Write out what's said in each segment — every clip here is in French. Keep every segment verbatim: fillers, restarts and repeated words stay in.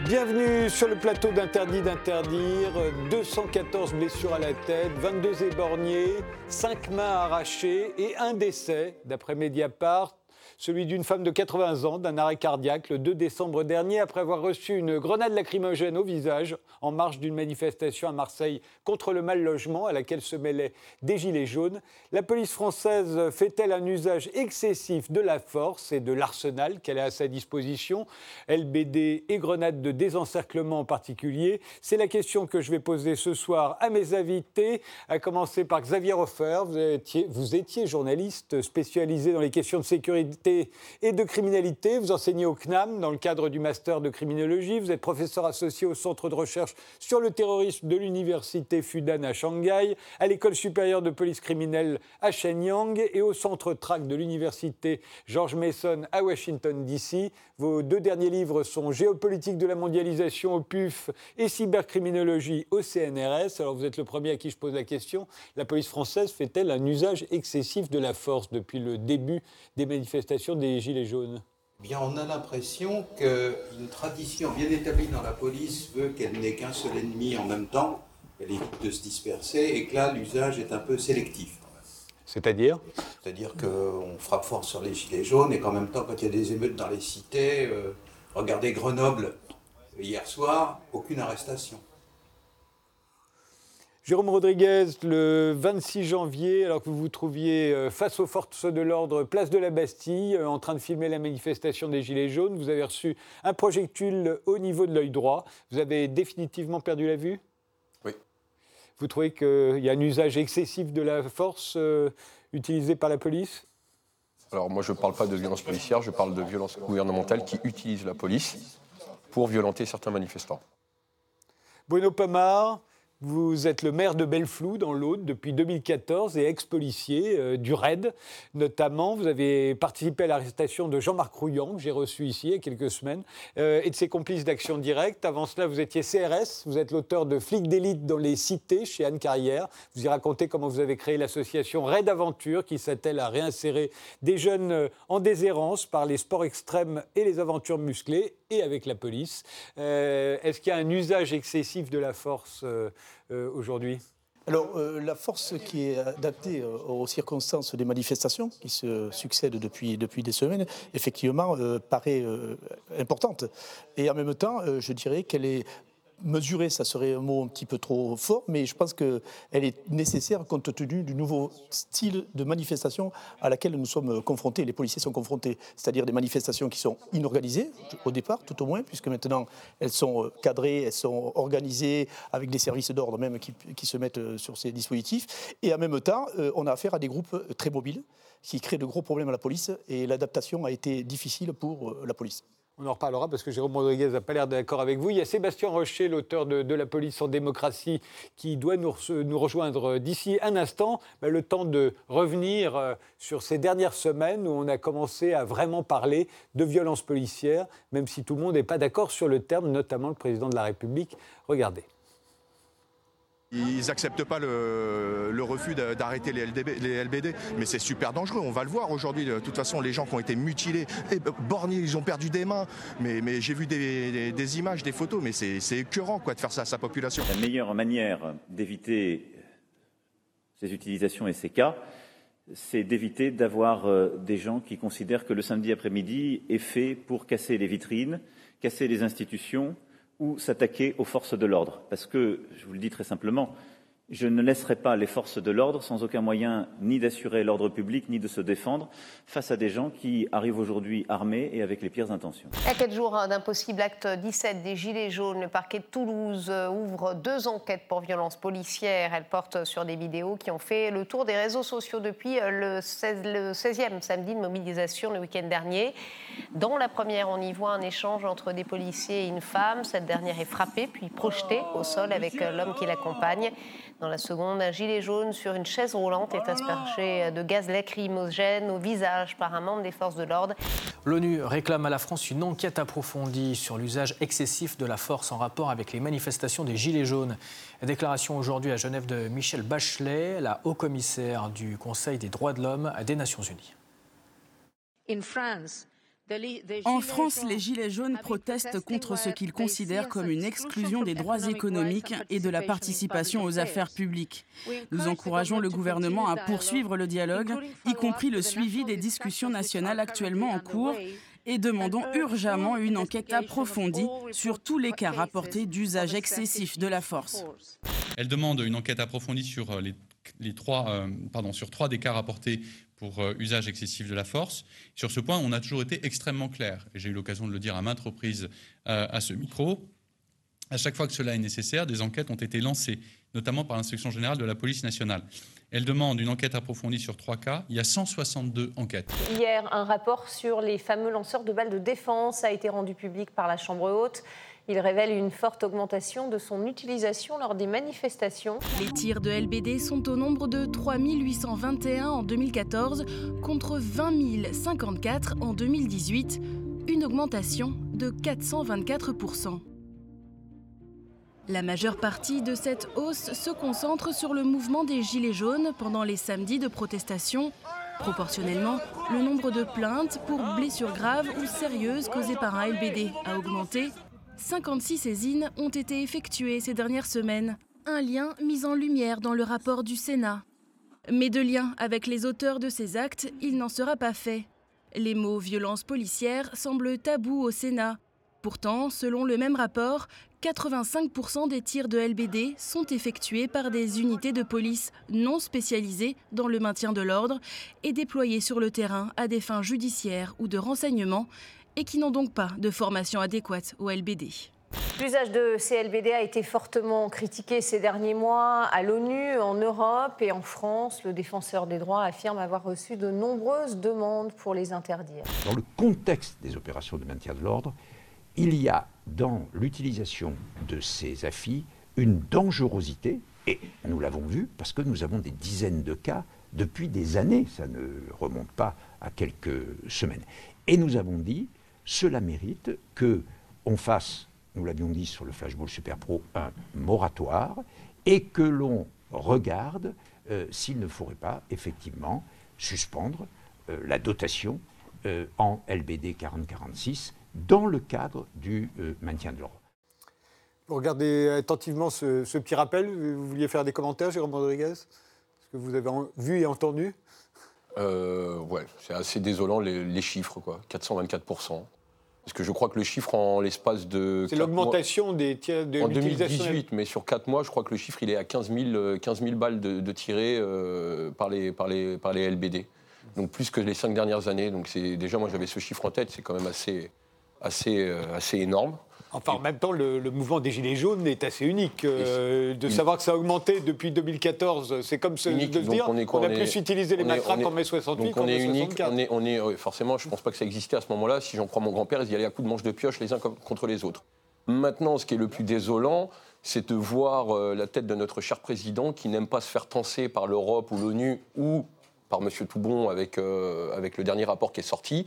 Bienvenue sur le plateau d'Interdit d'interdire. deux cent quatorze blessures à la tête, vingt-deux éborgnés, cinq mains arrachées et un décès, d'après Mediapart. Celui d'une femme de quatre-vingts ans, d'un arrêt cardiaque le deux décembre dernier, après avoir reçu une grenade lacrymogène au visage en marge d'une manifestation à Marseille contre le mal-logement à laquelle se mêlaient des gilets jaunes. La police française fait-elle un usage excessif de la force et de l'arsenal qu'elle a à sa disposition, L B D et grenades de désencerclement en particulier? C'est la question que je vais poser ce soir à mes invités, à commencer par Xavier Hofer. Vous étiez, vous étiez journaliste spécialisé dans les questions de sécurité et de criminalité. Vous enseignez au C N A M dans le cadre du master de criminologie. Vous êtes professeur associé au centre de recherche sur le terrorisme de l'université Fudan à Shanghai, à l'école supérieure de police criminelle à Shenyang et au centre T R A C de l'université George Mason à Washington D C. Vos deux derniers livres sont Géopolitique de la mondialisation au P U F et Cybercriminologie au C N R S. Alors vous êtes le premier à qui je pose la question. La police française fait-elle un usage excessif de la force depuis le début des manifestations des Gilets jaunes? Eh bien, on a l'impression qu'une tradition bien établie dans la police veut qu'elle n'ait qu'un seul ennemi en même temps, qu'elle évite de se disperser, et que là, l'usage est un peu sélectif. C'est-à-dire ? C'est-à-dire qu'on frappe fort sur les Gilets jaunes, et qu'en même temps, quand il y a des émeutes dans les cités, euh, regardez Grenoble, hier soir, aucune arrestation. Jérôme Rodriguez, le vingt-six janvier, alors que vous vous trouviez face aux forces de l'ordre, place de la Bastille, en train de filmer la manifestation des Gilets jaunes, vous avez reçu un projectile au niveau de l'œil droit. Vous avez définitivement perdu la vue ? Oui. Vous trouvez qu'il y a un usage excessif de la force euh, utilisée par la police ? Alors moi je ne parle pas de violence policière, je parle de violence gouvernementale qui utilise la police pour violenter certains manifestants. Bruno Pomar, vous êtes le maire de Belleflou, dans l'Aude, depuis deux mille quatorze et ex-policier euh, du R A I D, notamment. Vous avez participé à l'arrestation de Jean-Marc Rouillant, que j'ai reçu ici il y a quelques semaines, euh, et de ses complices d'action directe. Avant cela, vous étiez C R S, vous êtes l'auteur de Flics d'élite dans les cités, chez Anne Carrière. Vous y racontez comment vous avez créé l'association Raid Aventure, qui s'attelle à réinsérer des jeunes en déshérence par les sports extrêmes et les aventures musclées, et avec la police. Euh, est-ce qu'il y a un usage excessif de la force euh, euh, aujourd'hui ? Alors, euh, la force qui est adaptée euh, aux circonstances des manifestations qui se succèdent depuis, depuis des semaines, effectivement, euh, paraît euh, importante. Et en même temps, euh, je dirais qu'elle est mesurée, ça serait un mot un petit peu trop fort, mais je pense qu'elle est nécessaire compte tenu du nouveau style de manifestation à laquelle nous sommes confrontés, les policiers sont confrontés, c'est-à-dire des manifestations qui sont inorganisées, au départ, tout au moins, puisque maintenant elles sont cadrées, elles sont organisées, avec des services d'ordre même qui, qui se mettent sur ces dispositifs, et en même temps, on a affaire à des groupes très mobiles qui créent de gros problèmes à la police, et l'adaptation a été difficile pour la police. On en reparlera parce que Jérôme Rodriguez n'a pas l'air d'accord avec vous. Il y a Sébastien Rocher, l'auteur de, de La police en démocratie, qui doit nous, nous rejoindre d'ici un instant. Ben, le temps de revenir euh, sur ces dernières semaines où on a commencé à vraiment parler de violence policière, même si tout le monde n'est pas d'accord sur le terme, notamment le président de la République. Regardez. Ils n'acceptent pas le, le refus d'arrêter les, L D B, les L B D, mais c'est super dangereux, on va le voir aujourd'hui. De toute façon, les gens qui ont été mutilés, et borgnés, ils ont perdu des mains, mais, mais j'ai vu des, des, des images, des photos, mais c'est, c'est écœurant quoi, de faire ça à sa population. La meilleure manière d'éviter ces utilisations et ces cas, c'est d'éviter d'avoir des gens qui considèrent que le samedi après-midi est fait pour casser les vitrines, casser les institutions, ou s'attaquer aux forces de l'ordre. Parce que, je vous le dis très simplement, je ne laisserai pas les forces de l'ordre sans aucun moyen ni d'assurer l'ordre public, ni de se défendre face à des gens qui arrivent aujourd'hui armés et avec les pires intentions. À quatre jours d'un possible acte dix-sept des Gilets jaunes, le parquet de Toulouse ouvre deux enquêtes pour violence policière. Elles portent sur des vidéos qui ont fait le tour des réseaux sociaux depuis le, seize, le seizième samedi de mobilisation le week-end dernier. Dans la première, on y voit un échange entre des policiers et une femme. Cette dernière est frappée puis projetée au sol avec l'homme qui l'accompagne. Dans la seconde, un gilet jaune sur une chaise roulante est aspergé de gaz lacrymogène au visage par un membre des forces de l'ordre. L'ONU réclame à la France une enquête approfondie sur l'usage excessif de la force en rapport avec les manifestations des Gilets jaunes. Déclaration aujourd'hui à Genève de Michelle Bachelet, la haut-commissaire du Conseil des droits de l'homme des Nations Unies. In France, En France, les Gilets jaunes protestent contre ce qu'ils considèrent comme une exclusion des droits économiques et de la participation aux affaires publiques. Nous encourageons le gouvernement à poursuivre le dialogue, y compris le suivi des discussions nationales actuellement en cours, et demandons urgemment une enquête approfondie sur tous les cas rapportés d'usage excessif de la force. Elle demande une enquête approfondie sur les, les trois, euh, pardon, sur trois des cas rapportés pour euh, usage excessif de la force. Sur ce point, on a toujours été extrêmement clair. J'ai eu l'occasion de le dire à maintes reprises euh, à ce micro. À chaque fois que cela est nécessaire, des enquêtes ont été lancées, notamment par l'Inspection générale de la police nationale. Elle demande une enquête approfondie sur trois cas. Il y a cent soixante-deux enquêtes. Hier, un rapport sur les fameux lanceurs de balles de défense a été rendu public par la Chambre haute. Il révèle une forte augmentation de son utilisation lors des manifestations. Les tirs de L B D sont au nombre de trois mille huit cent vingt et un en deux mille quatorze contre vingt mille cinquante-quatre en deux mille dix-huit, une augmentation de quatre cent vingt-quatre pour cent. La majeure partie de cette hausse se concentre sur le mouvement des Gilets jaunes pendant les samedis de protestation. Proportionnellement, le nombre de plaintes pour blessures graves ou sérieuses causées par un L B D a augmenté. cinquante-six saisines ont été effectuées ces dernières semaines. Un lien mis en lumière dans le rapport du Sénat. Mais de lien avec les auteurs de ces actes, il n'en sera pas fait. Les mots « violence policière » semblent tabous au Sénat. Pourtant, selon le même rapport, quatre-vingt-cinq pour cent des tirs de L B D sont effectués par des unités de police non spécialisées dans le maintien de l'ordre et déployées sur le terrain à des fins judiciaires ou de renseignement et qui n'ont donc pas de formation adéquate au L B D. L'usage de ces L B D a été fortement critiqué ces derniers mois à l'ONU, en Europe et en France. Le défenseur des droits affirme avoir reçu de nombreuses demandes pour les interdire. Dans le contexte des opérations de maintien de l'ordre, il y a dans l'utilisation de ces A F I une dangerosité, et nous l'avons vu parce que nous avons des dizaines de cas depuis des années, ça ne remonte pas à quelques semaines. Et nous avons dit, cela mérite qu'on fasse, nous l'avions dit sur le Flashball Super Pro, un moratoire et que l'on regarde euh, s'il ne faudrait pas effectivement suspendre euh, la dotation euh, en L B D quarante quarante-six dans le cadre du euh, maintien de l'ordre. Vous regardez attentivement ce, ce petit rappel. Vous vouliez faire des commentaires, Jérôme Rodriguez? Ce que vous avez en, vu et entendu? euh, Ouais, c'est assez désolant les, les chiffres, quoi. quatre cent vingt-quatre pour cent. Parce que je crois que le chiffre en l'espace de... C'est l'augmentation mois, des tirs de en l'utilisation... deux mille dix-huit, mais sur quatre mois, je crois que le chiffre il est à quinze mille balles de, de tirées euh, par, les, par, les, par les L B D. Donc plus que les cinq dernières années. Donc c'est, déjà, moi j'avais ce chiffre en tête, c'est quand même assez... Assez, euh, assez énorme. Enfin, en même temps, le, le mouvement des Gilets jaunes est assez unique. Euh, de unique. Savoir que ça a augmenté depuis deux mille quatorze, c'est comme ce, de se dire on, est quoi, on a on plus est, utilisé les matraques en mai soixante-huit qu'en mai soixante-quatre. On est, on est, euh, forcément, je ne pense pas que ça existait à ce moment-là. Si j'en crois mon grand-père, ils y allaient à coups de manche de pioche les uns contre les autres. Maintenant, ce qui est le plus désolant, c'est de voir euh, la tête de notre cher président qui n'aime pas se faire tancer par l'Europe ou l'ONU ou par M. Toubon avec, euh, avec le dernier rapport qui est sorti.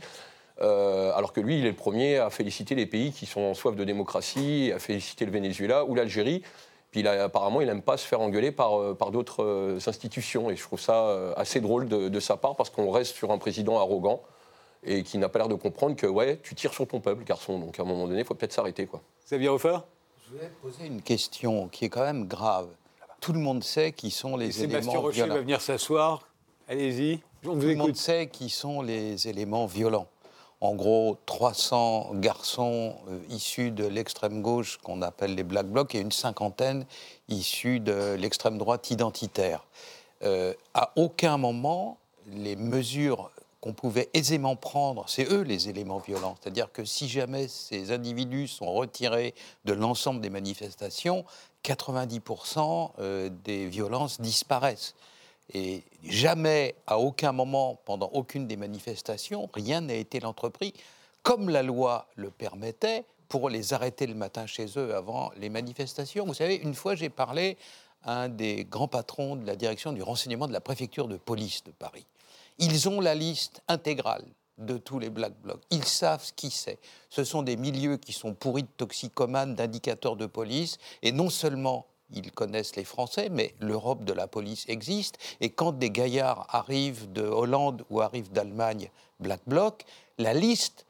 Euh, alors que lui, il est le premier à féliciter les pays qui sont en soif de démocratie, à féliciter le Venezuela ou l'Algérie. Puis là, apparemment, il n'aime pas se faire engueuler par, par d'autres euh, institutions. Et je trouve ça euh, assez drôle de, de sa part, parce qu'on reste sur un président arrogant et qui n'a pas l'air de comprendre que, ouais, tu tires sur ton peuple, garçon. Donc à un moment donné, il faut peut-être s'arrêter, quoi. Xavier Hofer ? Je voulais poser une question qui est quand même grave. Tout le monde sait qui sont les et éléments Sébastien Rocher violents. va venir s'asseoir. Allez-y. On Tout le monde sait qui sont les éléments violents. En gros, trois cents garçons euh, issus de l'extrême gauche qu'on appelle les Black Blocs et une cinquantaine issus de l'extrême droite identitaire. Euh, à aucun moment, les mesures qu'on pouvait aisément prendre, c'est eux les éléments violents. C'est-à-dire que si jamais ces individus sont retirés de l'ensemble des manifestations, quatre-vingt-dix pour cent euh, des violences disparaissent. Et jamais, à aucun moment, pendant aucune des manifestations, rien n'a été entrepris, comme la loi le permettait, pour les arrêter le matin chez eux avant les manifestations. Vous savez, une fois, j'ai parlé à un des grands patrons de la direction du renseignement de la préfecture de police de Paris. Ils ont la liste intégrale de tous les Black Blocs. Ils savent ce qui c'est. Ce sont des milieux qui sont pourris de toxicomanes, d'indicateurs de police, et non seulement ils connaissent les Français, mais l'Europe de la police existe. Et quand des gaillards arrivent de Hollande ou arrivent d'Allemagne, Black Bloc, la liste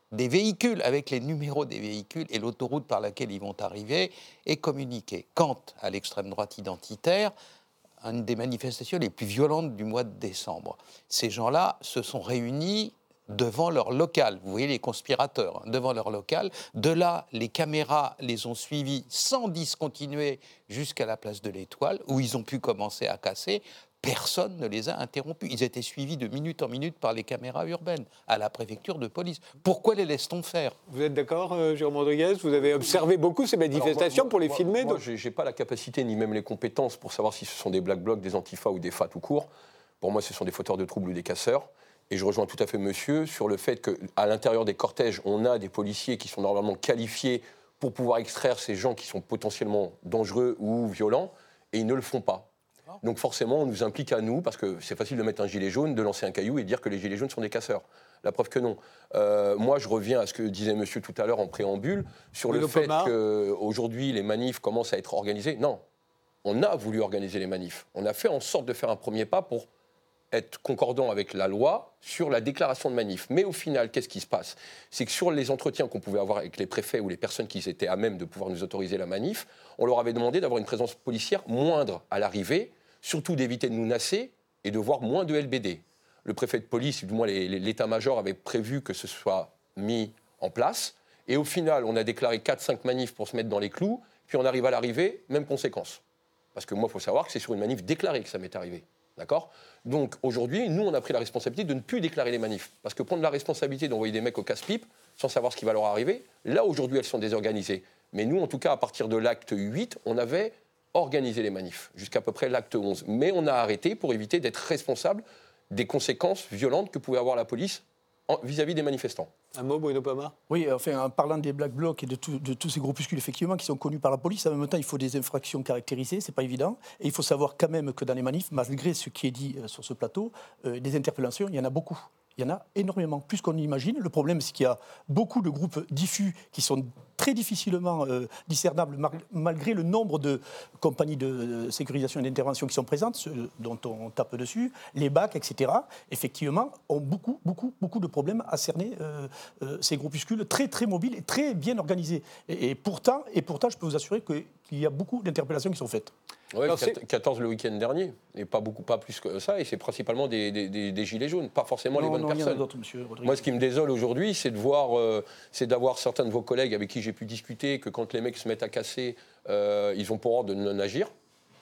des véhicules avec les numéros des véhicules et l'autoroute par laquelle ils vont arriver est communiquée. Quant à l'extrême droite identitaire, une des manifestations les plus violentes du mois de décembre, ces gens-là se sont réunis devant leur local. Vous voyez les conspirateurs, hein, devant leur local. De là, les caméras les ont suivis sans discontinuer jusqu'à la place de l'Étoile, où ils ont pu commencer à casser. Personne ne les a interrompus. Ils étaient suivis de minute en minute par les caméras urbaines à la préfecture de police. Pourquoi les laisse-t-on faire ? Vous êtes d'accord, euh, Jérôme Rodriguez ? Vous avez observé beaucoup ces manifestations Alors, moi, pour les moi, filmer Moi, donc... je n'ai pas la capacité ni même les compétences pour savoir si ce sont des Black Blocs, des Antifa ou des F A tout court. Pour moi, ce sont des fauteurs de troubles ou des casseurs. Et je rejoins tout à fait monsieur sur le fait qu'à l'intérieur des cortèges, on a des policiers qui sont normalement qualifiés pour pouvoir extraire ces gens qui sont potentiellement dangereux ou violents, et ils ne le font pas. Donc forcément, on nous implique à nous, parce que c'est facile de mettre un gilet jaune, de lancer un caillou et de dire que les gilets jaunes sont des casseurs. La preuve que non. Euh, moi, je reviens à ce que disait monsieur tout à l'heure en préambule, sur le fait qu'aujourd'hui, les manifs commencent à être organisés. Non, on a voulu organiser les manifs. On a fait en sorte de faire un premier pas pour être concordant avec la loi sur la déclaration de manif. Mais au final, qu'est-ce qui se passe ? C'est que sur les entretiens qu'on pouvait avoir avec les préfets ou les personnes qui étaient à même de pouvoir nous autoriser la manif, on leur avait demandé d'avoir une présence policière moindre à l'arrivée, surtout d'éviter de nous nasser et de voir moins de L B D. Le préfet de police, du moins les, les, l'état-major, avait prévu que ce soit mis en place. Et au final, on a déclaré quatre cinq manifs pour se mettre dans les clous, puis on arrive à l'arrivée, même conséquence. Parce que moi, il faut savoir que c'est sur une manif déclarée que ça m'est arrivé. D'accord ? Donc aujourd'hui, nous, on a pris la responsabilité de ne plus déclarer les manifs. Parce que prendre la responsabilité d'envoyer des mecs au casse-pipe, sans savoir ce qui va leur arriver, là, aujourd'hui, elles sont désorganisées. Mais nous, en tout cas, à partir de l'acte huit, on avait organisé les manifs, jusqu'à peu près l'acte onze. Mais on a arrêté pour éviter d'être responsable des conséquences violentes que pouvait avoir la police vis-à-vis des manifestants. Un mot, Bruno Pama ? Oui, enfin, en parlant des Black Blocs et de, tout, de tous ces groupuscules, effectivement, qui sont connus par la police, en même temps, il faut des infractions caractérisées, c'est pas évident. Et il faut savoir quand même que dans les manifs, malgré ce qui est dit euh, sur ce plateau, euh, des interpellations, il y en a beaucoup. Il y en a énormément, plus qu'on imagine. Le problème, c'est qu'il y a beaucoup de groupes diffus qui sont très difficilement euh, discernables, mar- malgré le nombre de compagnies de sécurisation et d'intervention qui sont présentes, ceux dont on tape dessus, les B A C, et cetera, effectivement, ont beaucoup, beaucoup, beaucoup de problèmes à cerner euh, euh, ces groupuscules très, très mobiles et très bien organisés. Et, et, pourtant, et pourtant, je peux vous assurer que, qu'il y a beaucoup d'interpellations qui sont faites. Oui, quatorze le week-end dernier, et pas beaucoup, pas plus que ça, et c'est principalement des, des, des, des gilets jaunes, pas forcément non, les bonnes non, personnes. Monsieur Rodrigue. Moi, ce qui me désole aujourd'hui, c'est de voir, euh, c'est d'avoir certains de vos collègues avec qui j'ai pu discuter que quand les mecs se mettent à casser, euh, ils ont pour ordre de non agir. D'accord ?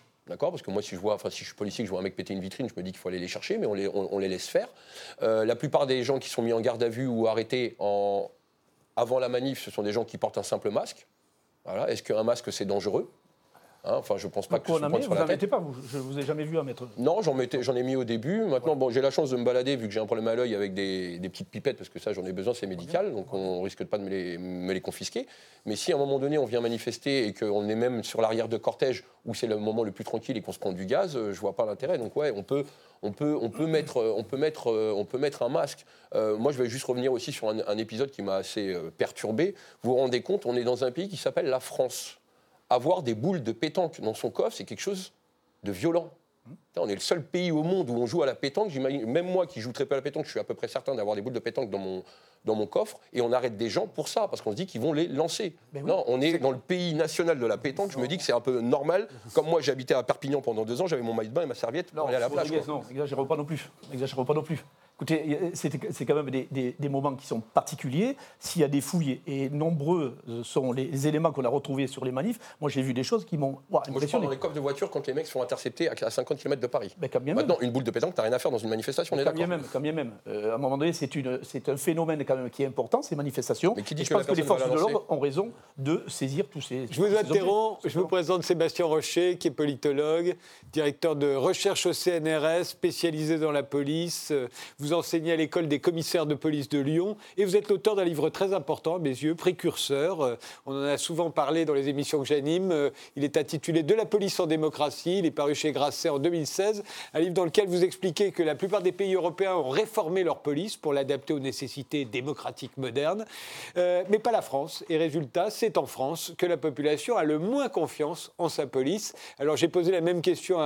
Parce que moi, si je vois, enfin, si je suis policier, que je vois un mec péter une vitrine, je me dis qu'il faut aller les chercher, mais on les, on, on les laisse faire. Euh, la plupart des gens qui sont mis en garde à vue ou arrêtés en, avant la manif, ce sont des gens qui portent un simple masque. Voilà. Est-ce qu'un masque, c'est dangereux ? Hein, enfin, je pense pas que ce soit sur la tête. Vous n'en mettez pas, vous, je ne vous ai jamais vu en mettre. Non, j'en, mettais, j'en ai mis au début. Maintenant, ouais. bon, j'ai la chance de me balader, vu que j'ai un problème à l'œil, avec des, des petites pipettes, parce que ça, j'en ai besoin, c'est médical, donc on risque pas de me les, me les confisquer. Mais si à un moment donné, on vient manifester et qu'on est même sur l'arrière de cortège, où c'est le moment le plus tranquille et qu'on se prend du gaz, je vois pas l'intérêt. Donc ouais, on peut, on peut, on peut, mettre, on peut, mettre, on peut mettre un masque. Euh, moi, je vais juste revenir aussi sur un, un épisode qui m'a assez euh, perturbé. Vous vous rendez compte, on est dans un pays qui s'appelle la France. Avoir des boules de pétanque dans son coffre, c'est quelque chose de violent. On est le seul pays au monde où on joue à la pétanque. J'imagine, même moi qui joue très peu à la pétanque, je suis à peu près certain d'avoir des boules de pétanque dans mon, dans mon coffre. Et on arrête des gens pour ça, parce qu'on se dit qu'ils vont les lancer. Oui, non, on est, c'est dans le pays national de la pétanque. Je me dis que c'est un peu normal. Comme moi, j'habitais à Perpignan pendant deux ans, j'avais mon maillot de bain et ma serviette pour non, aller à la plage. Non, n'exagérons pas non plus. N'exagérons pas non plus. Écoutez, c'est, c'est quand même des, des, des moments qui sont particuliers. S'il y a des fouilles, et nombreux sont les, les éléments qu'on a retrouvés sur les manifs, moi j'ai vu des choses qui m'ont wow, impressionné. Moi je prends dans les coffres de voiture quand les mecs sont interceptés à cinquante kilomètres de Paris. Ben, quand bien Maintenant, même. une boule de pétanque, t'as rien à faire dans une manifestation, on est quand d'accord. Bien même, quand bien même. Euh, à un moment donné, c'est, une, c'est un phénomène quand même qui est important, ces manifestations. Mais qui dit et je que pense que les forces de l'ordre ont raison de saisir tous ces... Je vous interromps, je vous présente Sébastien Rocher, qui est politologue, directeur de recherche au C N R S, spécialisé dans la police. Vous enseignez à l'école des commissaires de police de Lyon et vous êtes l'auteur d'un livre très important à mes yeux, précurseur. On en a souvent parlé dans les émissions que j'anime. Il est intitulé « De la police en démocratie ». Il est paru chez Grasset en deux mille seize. Un livre dans lequel vous expliquez que la plupart des pays européens ont réformé leur police pour l'adapter aux nécessités démocratiques modernes, euh, mais pas la France. Et résultat, c'est en France que la population a le moins confiance en sa police. Alors j'ai posé la même question à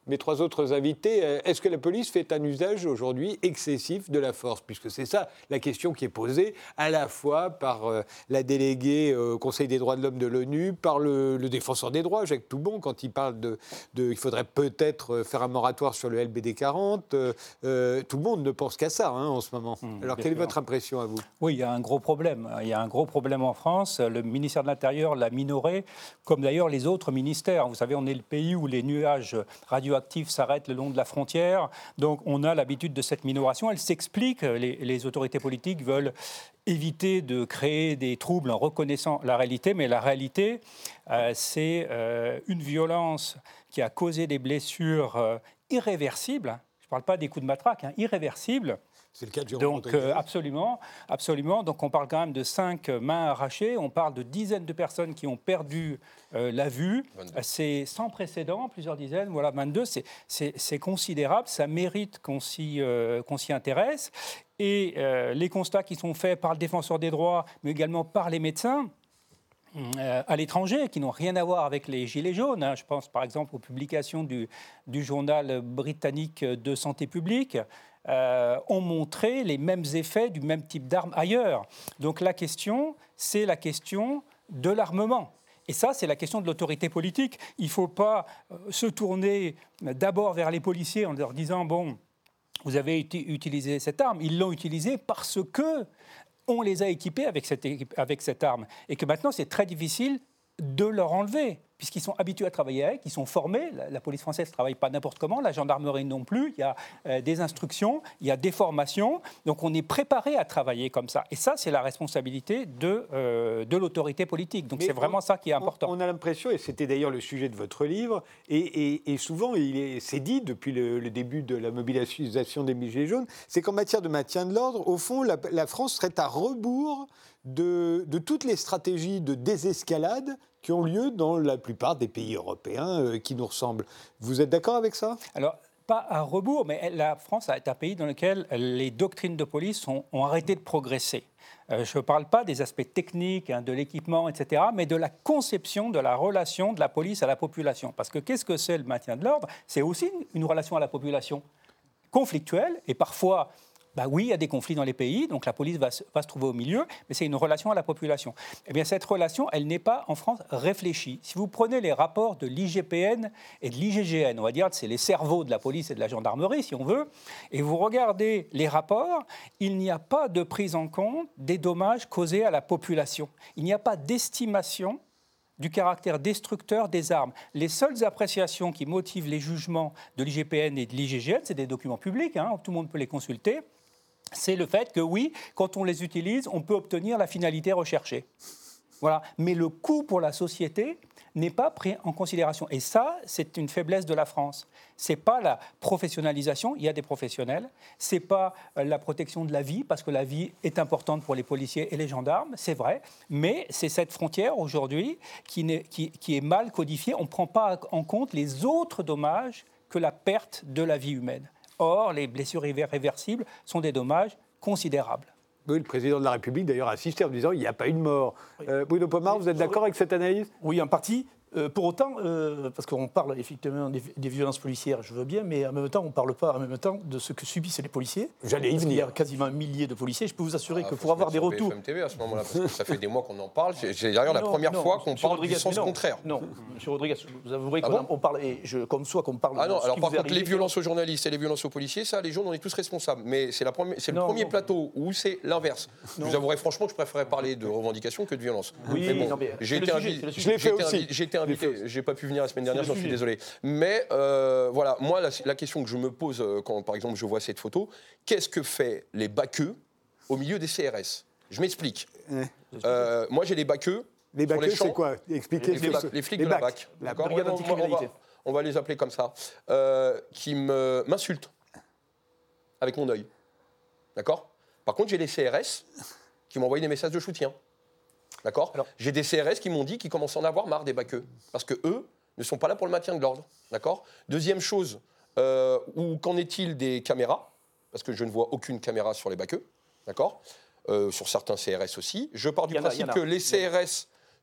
mes trois autres invités. Est-ce que la police fait un usage aujourd'hui excessif de la force? Puisque c'est ça la question qui est posée à la fois par euh, la déléguée au Conseil des droits de l'homme de l'ONU, par le, le défenseur des droits, Jacques Toubon, quand il parle de, de il faudrait peut-être faire un moratoire sur le L B D quarante. Euh, euh, tout le monde ne pense qu'à ça hein, en ce moment. Mmh, Alors, quelle est votre impression à vous? Oui, il y a un gros problème. Il y a un gros problème en France. Le ministère de l'Intérieur l'a minoré, comme d'ailleurs les autres ministères. Vous savez, on est le pays où les nuages radioactifs s'arrêtent le long de la frontière. Donc, on a l'habitude de cette minoration. Elle s'explique. Les, les autorités politiques veulent éviter de créer des troubles en reconnaissant la réalité. Mais la réalité, euh, c'est euh, une violence qui a causé des blessures euh, irréversibles. Je ne parle pas des coups de matraque, hein, irréversibles. C'est le cas du Donc euh, absolument, absolument. Donc on parle quand même de cinq mains arrachées. On parle de dizaines de personnes qui ont perdu euh, la vue. vingt-deux. C'est sans précédent, plusieurs dizaines. Voilà, vingt-deux. C'est, c'est, c'est considérable. Ça mérite qu'on s'y, euh, qu'on s'y intéresse. Et euh, les constats qui sont faits par le défenseur des droits, mais également par les médecins euh, à l'étranger, qui n'ont rien à voir avec les gilets jaunes. Hein. Je pense par exemple aux publications du, du journal britannique de santé publique. Euh, ont montré les mêmes effets du même type d'armes ailleurs. Donc la question, c'est la question de l'armement. Et ça, c'est la question de l'autorité politique. Il ne faut pas euh, se tourner d'abord vers les policiers en leur disant « bon, vous avez uti- utilisé cette arme ». Ils l'ont utilisée parce qu'on les a équipés avec cette, avec cette arme. Et que maintenant, c'est très difficile de leur enlever, puisqu'ils sont habitués à travailler avec, ils sont formés. La, la police française ne travaille pas n'importe comment, la gendarmerie non plus. Il y a euh, des instructions, il y a des formations. Donc on est préparé à travailler comme ça. Et ça, c'est la responsabilité de, euh, de l'autorité politique. Donc Mais c'est vraiment on, ça qui est important. On, on a l'impression, et c'était d'ailleurs le sujet de votre livre, et, et, et souvent il est, c'est dit depuis le, le début de la mobilisation des Gilets jaunes, c'est qu'en matière de maintien de l'ordre, au fond, la, la France serait à rebours de, de toutes les stratégies de désescalade qui ont lieu dans la plupart des pays européens euh, qui nous ressemblent. Vous êtes d'accord avec ça? Alors, pas à rebours, mais la France est un pays dans lequel les doctrines de police ont, ont arrêté de progresser. Euh, je ne parle pas des aspects techniques, hein, de l'équipement, et cetera, mais de la conception de la relation de la police à la population. Parce que qu'est-ce que c'est le maintien de l'ordre? C'est aussi une relation à la population conflictuelle et parfois... Ben oui, il y a des conflits dans les pays, donc la police va se, va se trouver au milieu, mais c'est une relation à la population. Eh bien, cette relation, elle n'est pas, en France, réfléchie. Si vous prenez les rapports de l'I G P N et de l'I G G N, on va dire que c'est les cerveaux de la police et de la gendarmerie, si on veut, et vous regardez les rapports, il n'y a pas de prise en compte des dommages causés à la population. Il n'y a pas d'estimation du caractère destructeur des armes. Les seules appréciations qui motivent les jugements de l'I G P N et de l'I G G N, c'est des documents publics, hein, tout le monde peut les consulter, c'est le fait que oui, quand on les utilise, on peut obtenir la finalité recherchée. Voilà. Mais le coût pour la société n'est pas pris en considération. Et ça, c'est une faiblesse de la France. Ce n'est pas la professionnalisation, il y a des professionnels. Ce n'est pas la protection de la vie, parce que la vie est importante pour les policiers et les gendarmes, c'est vrai. Mais c'est cette frontière aujourd'hui qui, n'est, qui, qui est mal codifiée. On ne prend pas en compte les autres dommages que la perte de la vie humaine. Or, les blessures irréversibles sont des dommages considérables. Oui, le président de la République, d'ailleurs, a insisté en disant qu'il n'y a pas eu de mort. Oui. Euh, Bruno Pomar, vous êtes d'accord avec cette analyse? Oui, en partie. Euh, pour autant, euh, parce qu'on parle effectivement des, des violences policières, je veux bien, mais en même temps, on ne parle pas en même temps de ce que subissent les policiers. J'allais y venir. Il y a quasiment un millier de policiers. Je peux vous assurer ah, que pour avoir des retours... B F M T V à ce moment-là, parce que ça fait des mois qu'on en parle. C'est, c'est d'ailleurs non, la première non, fois qu'on parle Rodriguez, du sens non, contraire. Non, M. Rodriguez, vous avouerez ah qu'on bon on parle, et je conçois qu'on parle... Ah non, alors par contre, arrivé, les violences aux journalistes et les violences aux policiers, ça, les jaunes, on est tous responsables. Mais c'est, la première, c'est le non, premier non. plateau où c'est l'inverse. Je vous avouerai franchement que je préférais parler de revendications que de violence. Oui, mais bon, non, mais j'ai été invité, je l'ai fait aussi. J'ai été invité, j'ai pas pu venir la semaine dernière, j'en suis désolé. Mais euh, voilà, moi, la, la question que je me pose quand, par exemple, je vois cette photo, qu'est-ce que fait les baqueux au milieu des C R S? Je m'explique. Euh, moi, j'ai des baqueux. Les baqueux, les c'est quoi? Expliquez. Les, les, les flics les de la B A C. La brigade anticriminalité. On, on va les appeler comme ça. Euh, qui me, m'insultent avec mon œil. D'accord? Par contre, j'ai des C R S qui m'ont envoyé des messages de soutien. D'accord? Alors, j'ai des C R S qui m'ont dit qu'ils commencent à en avoir marre des baqueux. Parce que eux ne sont pas là pour le maintien de l'ordre. D'accord? Deuxième chose, euh, où, qu'en est-il des caméras? Parce que je ne vois aucune caméra sur les baqueux. D'accord? euh, Sur certains C R S aussi. Je pars du principe que les C R S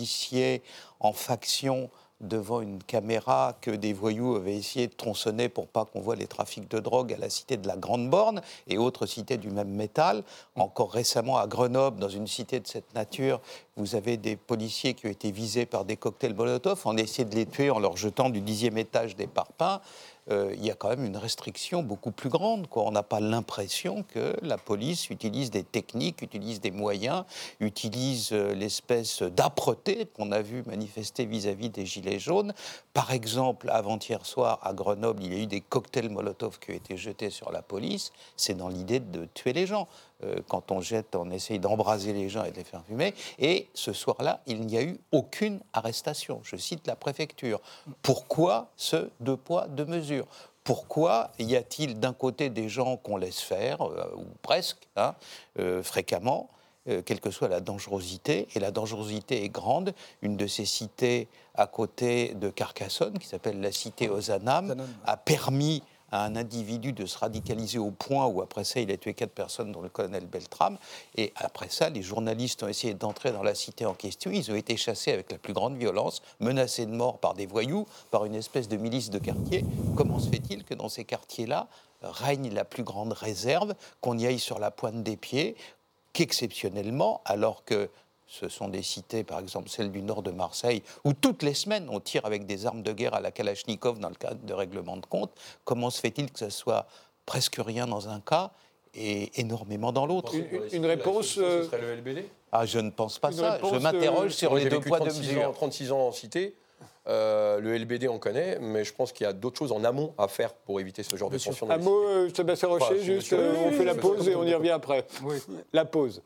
policiers en faction devant une caméra que des voyous avaient essayé de tronçonner pour pas qu'on voit les trafics de drogue à la cité de la Grande Borne et autres cités du même métal. Encore récemment à Grenoble, dans une cité de cette nature, vous avez des policiers qui ont été visés par des cocktails Molotov. On a essayé de les tuer en leur jetant du dixième étage des parpaings. euh, il y a quand même une restriction beaucoup plus grande, quoi. On n'a pas l'impression que la police utilise des techniques, utilise des moyens, utilise euh, l'espèce d'âpreté qu'on a vu manifester vis-à-vis des Gilets jaunes. Par exemple, avant-hier soir, à Grenoble, il y a eu des cocktails Molotov qui ont été jetés sur la police. C'est dans l'idée de tuer les gens. Euh, quand on jette, on essaye d'embraser les gens et de les faire fumer. Et ce soir-là, il n'y a eu aucune arrestation. Je cite la préfecture. Pourquoi ce deux poids, deux mesures ? Pourquoi y a-t-il d'un côté des gens qu'on laisse faire, euh, ou presque, hein, euh, fréquemment, euh, quelle que soit la dangerosité, et la dangerosité est grande. Une de ces cités à côté de Carcassonne, qui s'appelle la cité Ozanam, a permis à un individu de se radicaliser au point où, après ça, il a tué quatre personnes, dont le colonel Beltrame. Et après ça, les journalistes ont essayé d'entrer dans la cité en question. Ils ont été chassés avec la plus grande violence, menacés de mort par des voyous, par une espèce de milice de quartier. Comment se fait-il que dans ces quartiers-là règne la plus grande réserve, qu'on y aille sur la pointe des pieds, qu'exceptionnellement, alors que ce sont des cités, par exemple celle du nord de Marseille, où toutes les semaines on tire avec des armes de guerre à la Kalachnikov dans le cadre de règlement de compte. Comment se fait-il que ce soit presque rien dans un cas et énormément dans l'autre ? Une, une réponse... Ce serait le L B D ? Ah, je ne pense pas Une ça. réponse, Je m'interroge euh, sur les deux poids, deux trente-six mesures. ans, trente-six ans en cité. Euh, le L B D, on connaît, mais je pense qu'il y a d'autres choses en amont à faire pour éviter ce genre de tension. Un mot, euh, Sébastien Rocher, Enfin, juste, monsieur- euh, on oui, fait la oui, pause oui, et on y revient après. Oui. La pause.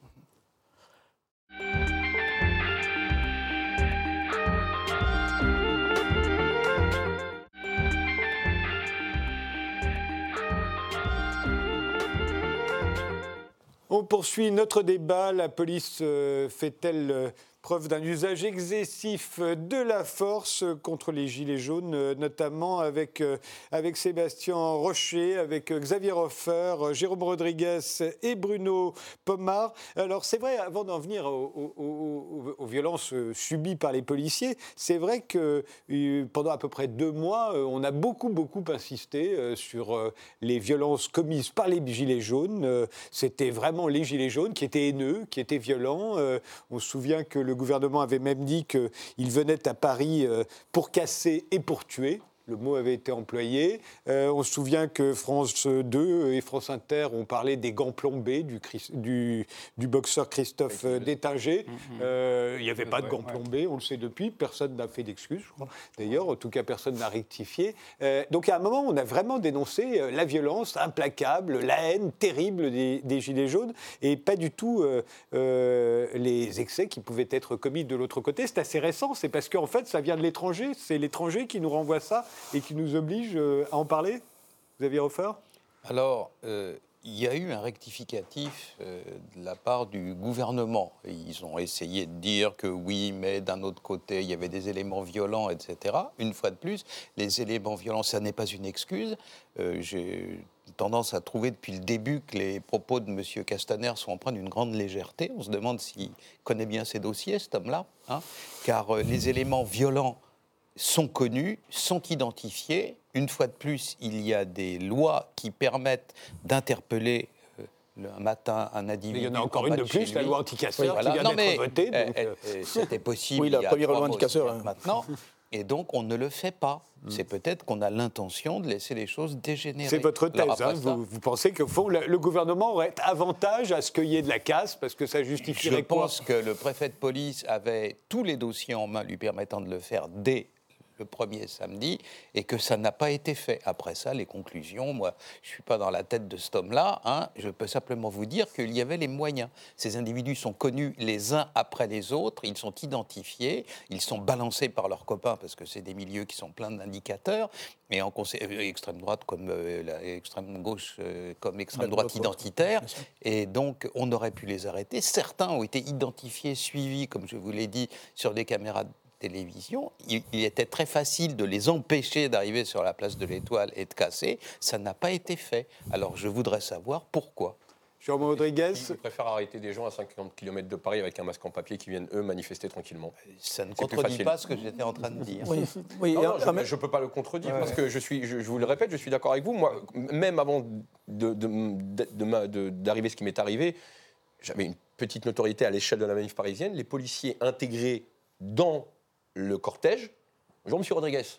On poursuit notre débat. La police euh, fait-elle euh, preuve d'un usage excessif de la force contre les Gilets jaunes, euh, notamment avec, euh, avec Sébastien Rocher, avec euh, Xavier Hofer, euh, Jérôme Rodriguez et Bruno Pomar. Alors c'est vrai, avant d'en venir aux, aux- aux- aux violences euh, subies par les policiers, c'est vrai que euh, pendant à peu près deux mois, euh, on a beaucoup, beaucoup insisté euh, sur euh, les violences commises par les Gilets jaunes. Euh, C'était vraiment les Gilets jaunes qui étaient haineux, qui étaient violents. Euh, on se souvient que le gouvernement avait même dit qu'il venait à Paris euh, pour casser et pour tuer. Le mot avait été employé. Euh, on se souvient que France deux et France Inter ont parlé des gants plombés du, Chris- du, du boxeur Christophe euh, Détinger. Euh, Il n'y avait pas de gants plombés, on le sait depuis. Personne n'a fait d'excuses, je crois. D'ailleurs, en tout cas, personne n'a rectifié. Euh, donc, à un moment, on a vraiment dénoncé euh, la violence implacable, la haine terrible des, des Gilets jaunes et pas du tout euh, euh, les excès qui pouvaient être commis de l'autre côté. C'est assez récent. C'est parce qu'en fait, ça vient de l'étranger. C'est l'étranger qui nous renvoie ça et qui nous oblige euh, à en parler. Xavier Hofer ? Alors, euh, il y a eu un rectificatif euh, de la part du gouvernement. Et ils ont essayé de dire que oui, mais d'un autre côté, il y avait des éléments violents, et cetera. Une fois de plus, les éléments violents, ça n'est pas une excuse. Euh, j'ai tendance à trouver depuis le début que les propos de M. Castaner sont empreints d'une grande légèreté. On se demande s'il connaît bien ses dossiers, cet homme-là. Hein, car euh, les éléments violents sont connus, sont identifiés. Une fois de plus, il y a des lois qui permettent d'interpeller euh, le- un matin un individu. Il y en a encore en une bas de chez plus, la lui. loi anticasseur, Oui, voilà. qui vient Non, d'être mais, votée. euh, donc, euh, euh, euh, C'était possible. Oui, la il y a première trois loi mois anticasseur, aussi, hein. maintenant. Et donc, on ne le fait pas. C'est peut-être qu'on a l'intention de laisser les choses dégénérer. C'est votre Alors, thèse. Hein, après ça, vous, vous pensez qu'au fond, le, le gouvernement aurait avantage à ce qu'il y ait de la casse parce que ça justifierait Je quoi ? pense que le préfet de police avait tous les dossiers en main lui permettant de le faire dès le premier samedi et que ça n'a pas été fait. Après ça, les conclusions, moi, je ne suis pas dans la tête de cet homme-là. Hein, je peux simplement vous dire qu'il y avait les moyens. Ces individus sont connus les uns après les autres, ils sont identifiés, ils sont balancés par leurs copains parce que c'est des milieux qui sont pleins d'indicateurs. Et en consé- euh, extrême droite comme euh, la, extrême gauche euh, comme extrême droite identitaire. Et donc, on aurait pu les arrêter. Certains ont été identifiés, suivis, comme je vous l'ai dit, sur des caméras de télévision. Il, il était très facile de les empêcher d'arriver sur la place de l'Étoile et de casser. Ça n'a pas été fait. Alors, je voudrais savoir pourquoi. Jérôme Rodriguez. Ils préfèrent arrêter des gens à cinquante kilomètres de Paris avec un masque en papier qui viennent, eux, manifester tranquillement. Ça ne C'est plus contredit facile. pas ce que j'étais en train de dire. Oui, oui, Non, et non, en- je en ne même- peux pas le contredire Ouais. parce que je, suis, je, je vous le répète, je suis d'accord avec vous. Moi, même avant de, de, de, de ma- de- d'arriver ce qui m'est arrivé, j'avais une petite notoriété à l'échelle de la manif parisienne. Les policiers intégrés dans le cortège. Bonjour, monsieur Rodriguez.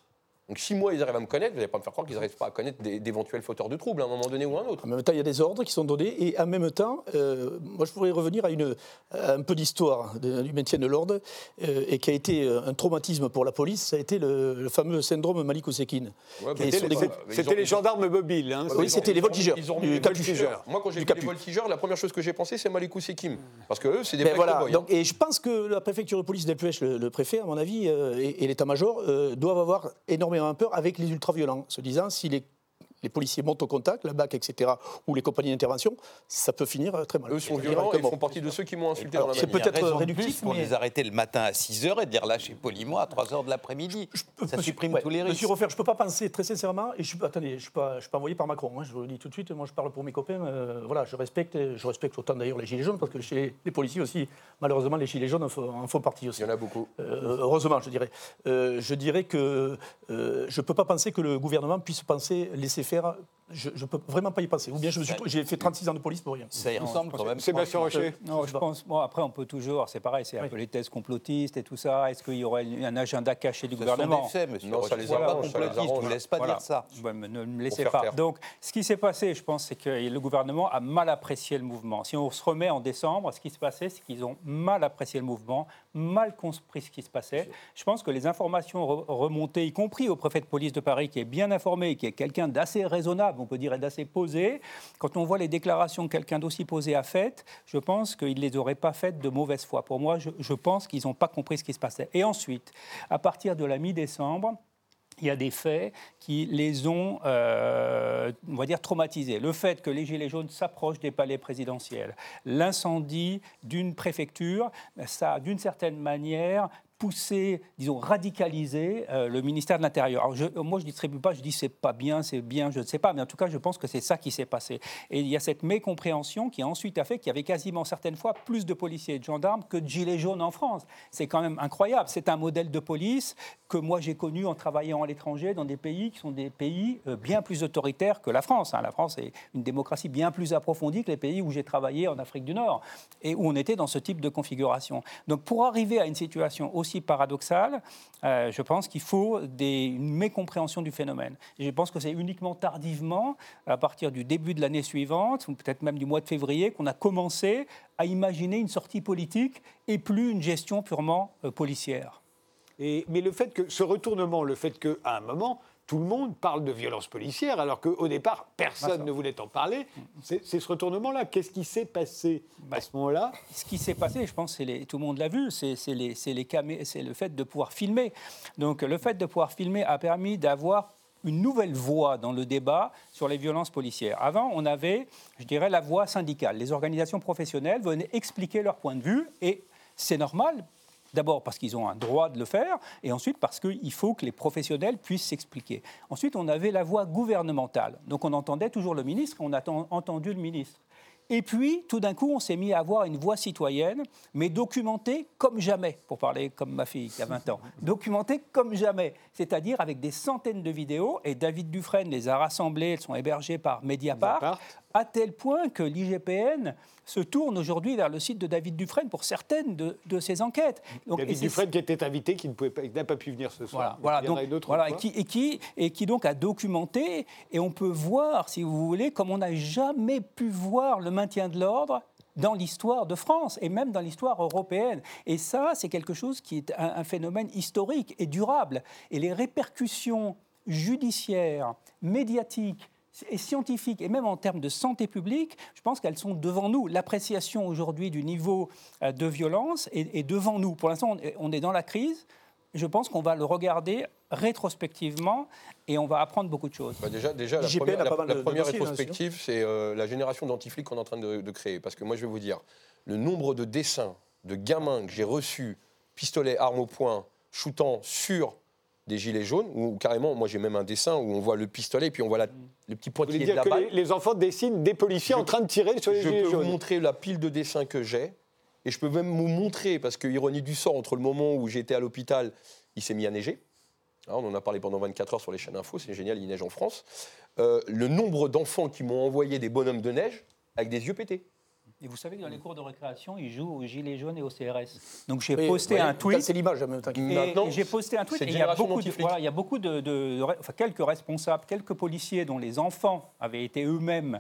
Donc si moi, ils arrivent à me connaître, vous n'allez pas me faire croire qu'ils n'arrivent pas à connaître des, d'éventuels fauteurs de troubles à un moment donné ou à un autre. En même temps, il y a des ordres qui sont donnés et en même temps, euh, moi je voudrais revenir à, une, à un peu d'histoire de, du maintien de l'ordre euh, et qui a été un traumatisme pour la police, ça a été le, le fameux syndrome Malik Oussekine. Ouais, c'était les, des... c'était les gendarmes mobiles. Hein, oui, c'était les voltigeurs. Ils ont mis les voltigeurs. Moi, quand j'ai vu les voltigeurs, la première chose que j'ai pensé, c'est Malik Oussekine. Parce que eux, c'est des vrais voilà, cow-boys. Donc, et je pense que la préfecture de police d'Elpech, le, le préfet, à mon avis, euh, et, et l'état-major euh, doivent avoir énormément peur avec les ultra-violents, se disant si les, les policiers montent au contact, la B A C, et cetera, ou les compagnies d'intervention, ça peut finir très mal. Eux sont violents et font partie de ceux qui m'ont insulté Alors, dans la c'est manière. peut-être réductif pour mais... les arrêter le matin à six heures et de les relâcher poliment à trois heures de l'après-midi. Ça supprime ouais, tous les risques. Monsieur Refer, je ne peux pas penser très sincèrement, et je suis, attendez, je ne suis, suis pas envoyé par Macron, hein, je vous le dis tout de suite, moi je parle pour mes copains, euh, voilà, je respecte, je respecte autant d'ailleurs les Gilets jaunes, parce que chez les policiers aussi, malheureusement, les Gilets jaunes en font, en font partie aussi. Il y en a beaucoup. Euh, heureusement, je dirais. Euh, je dirais que euh, je ne peux pas penser que le gouvernement puisse penser laisser faire. Je ne peux vraiment pas y penser. Ou bien je me suis, j'ai fait trente-six ans de police pour rien. Ça y ressemble quand même. Sébastien Rocher. Non, je pense. Bon, après, on peut toujours. C'est pareil, c'est un oui. peu les thèses complotistes et tout ça. Est-ce qu'il y aurait un agenda caché du ce gouvernement? Sont des faits, monsieur. Non, ça les voilà, arrange. Ça les arrange. Je ne vous laisse pas voilà. dire ça. Ouais, mais ne me laissez pas. Taire. Donc, ce qui s'est passé, je pense, c'est que le gouvernement a mal apprécié le mouvement. Si on se remet en décembre, ce qui se passait, c'est qu'ils ont mal apprécié le mouvement, mal compris ce qui se passait. Je pense que les informations remontées, y compris au préfet de police de Paris, qui est bien informé, qui est quelqu'un d'assez raisonnable, on peut dire, et d'assez posé. Quand on voit les déclarations que quelqu'un d'aussi posé a faites, je pense qu'ils ne les auraient pas faites de mauvaise foi. Pour moi, je, je pense qu'ils n'ont pas compris ce qui se passait. Et ensuite, à partir de la mi-décembre, il y a des faits qui les ont, euh, on va dire, traumatisés. Le fait que les Gilets jaunes s'approchent des palais présidentiels, l'incendie d'une préfecture, ça a d'une certaine manière pousser, disons, radicaliser euh, le ministère de l'Intérieur. Alors, je, moi, je ne distribue pas, je dis c'est pas bien, c'est bien, je ne sais pas, mais en tout cas, je pense que c'est ça qui s'est passé. Et il y a cette mécompréhension qui ensuite a fait qu'il y avait quasiment certaines fois plus de policiers et de gendarmes que de gilets jaunes en France. C'est quand même incroyable. C'est un modèle de police que moi, j'ai connu en travaillant à l'étranger dans des pays qui sont des pays euh, bien plus autoritaires que la France. Hein. La France est une démocratie bien plus approfondie que les pays où j'ai travaillé en Afrique du Nord et où on était dans ce type de configuration. Donc, pour arriver à une situation aussi aussi paradoxal, euh, je pense qu'il faut des, une mécompréhension du phénomène. Et je pense que c'est uniquement tardivement, à partir du début de l'année suivante, ou peut-être même du mois de février, qu'on a commencé à imaginer une sortie politique et plus une gestion purement euh, policière. Et, mais le fait que ce retournement, le fait qu'à un moment, tout le monde parle de violence policière, alors qu'au départ, personne ne voulait en parler. C'est, c'est ce retournement-là. Qu'est-ce qui s'est passé bah, à ce moment-là ? Ce qui s'est passé, je pense, c'est les, tout le monde l'a vu, c'est, c'est, les, c'est, les camé- c'est le fait de pouvoir filmer. Donc, le fait de pouvoir filmer a permis d'avoir une nouvelle voix dans le débat sur les violences policières. Avant, on avait, je dirais, la voix syndicale. Les organisations professionnelles venaient expliquer leur point de vue, et c'est normal. D'abord parce qu'ils ont un droit de le faire, et ensuite parce qu'il faut que les professionnels puissent s'expliquer. Ensuite, on avait la voix gouvernementale. Donc on entendait toujours le ministre, on a entendu le ministre. Et puis, tout d'un coup, on s'est mis à avoir une voix citoyenne, mais documentée comme jamais, pour parler comme ma fille qui a vingt ans, documentée comme jamais, c'est-à-dire avec des centaines de vidéos, et David Dufresne les a rassemblées, elles sont hébergées par Mediapart, Mediapart. À tel point que l'I G P N se tourne aujourd'hui vers le site de David Dufresne pour certaines de, de ses enquêtes. Donc, David Dufresne qui était invité, qui ne pouvait pas, qui n'a pas pu venir ce soir. Voilà, voilà, donc, voilà et, qui, et, qui, et qui donc a documenté, et on peut voir, si vous voulez, comme on n'a jamais pu voir le maintien de l'ordre dans l'histoire de France et même dans l'histoire européenne. Et ça, c'est quelque chose qui est un, un phénomène historique et durable. Et les répercussions judiciaires, médiatiques, et scientifiques, et même en termes de santé publique, je pense qu'elles sont devant nous. L'appréciation aujourd'hui du niveau de violence est, est devant nous. Pour l'instant, on est dans la crise. Je pense qu'on va le regarder rétrospectivement et on va apprendre beaucoup de choses. Bah déjà, déjà la première, la, la première rétrospective, c'est euh, la génération d'antiflics qu'on est en train de, de créer. Parce que moi, je vais vous dire, le nombre de dessins de gamins que j'ai reçus, pistolet, arme au poing, shootant sur des gilets jaunes, ou carrément, moi j'ai même un dessin où on voit le pistolet et puis on voit la, le petit pointillé de la que balle. Les, les enfants dessinent des policiers je, en train de tirer sur les gilets jaunes. Je peux vous montrer la pile de dessins que j'ai, et je peux même vous montrer, parce que ironie du sort, entre le moment où j'étais à l'hôpital, il s'est mis à neiger. Alors, on en a parlé pendant vingt-quatre heures sur les chaînes info, c'est génial, il neige en France. Euh, le nombre d'enfants qui m'ont envoyé des bonhommes de neige avec des yeux pétés. Et vous savez que dans les cours de récréation, ils jouent aux gilets jaunes et au C R S. Donc j'ai Oui, posté oui, un tweet. C'est l'image en même temps. Et, Maintenant, et j'ai posté un tweet. c'est Et il y a génération beaucoup, de, d'anti-flics. voilà, il y a beaucoup de, de- de- enfin, quelques responsables, quelques policiers dont les enfants avaient été eux-mêmes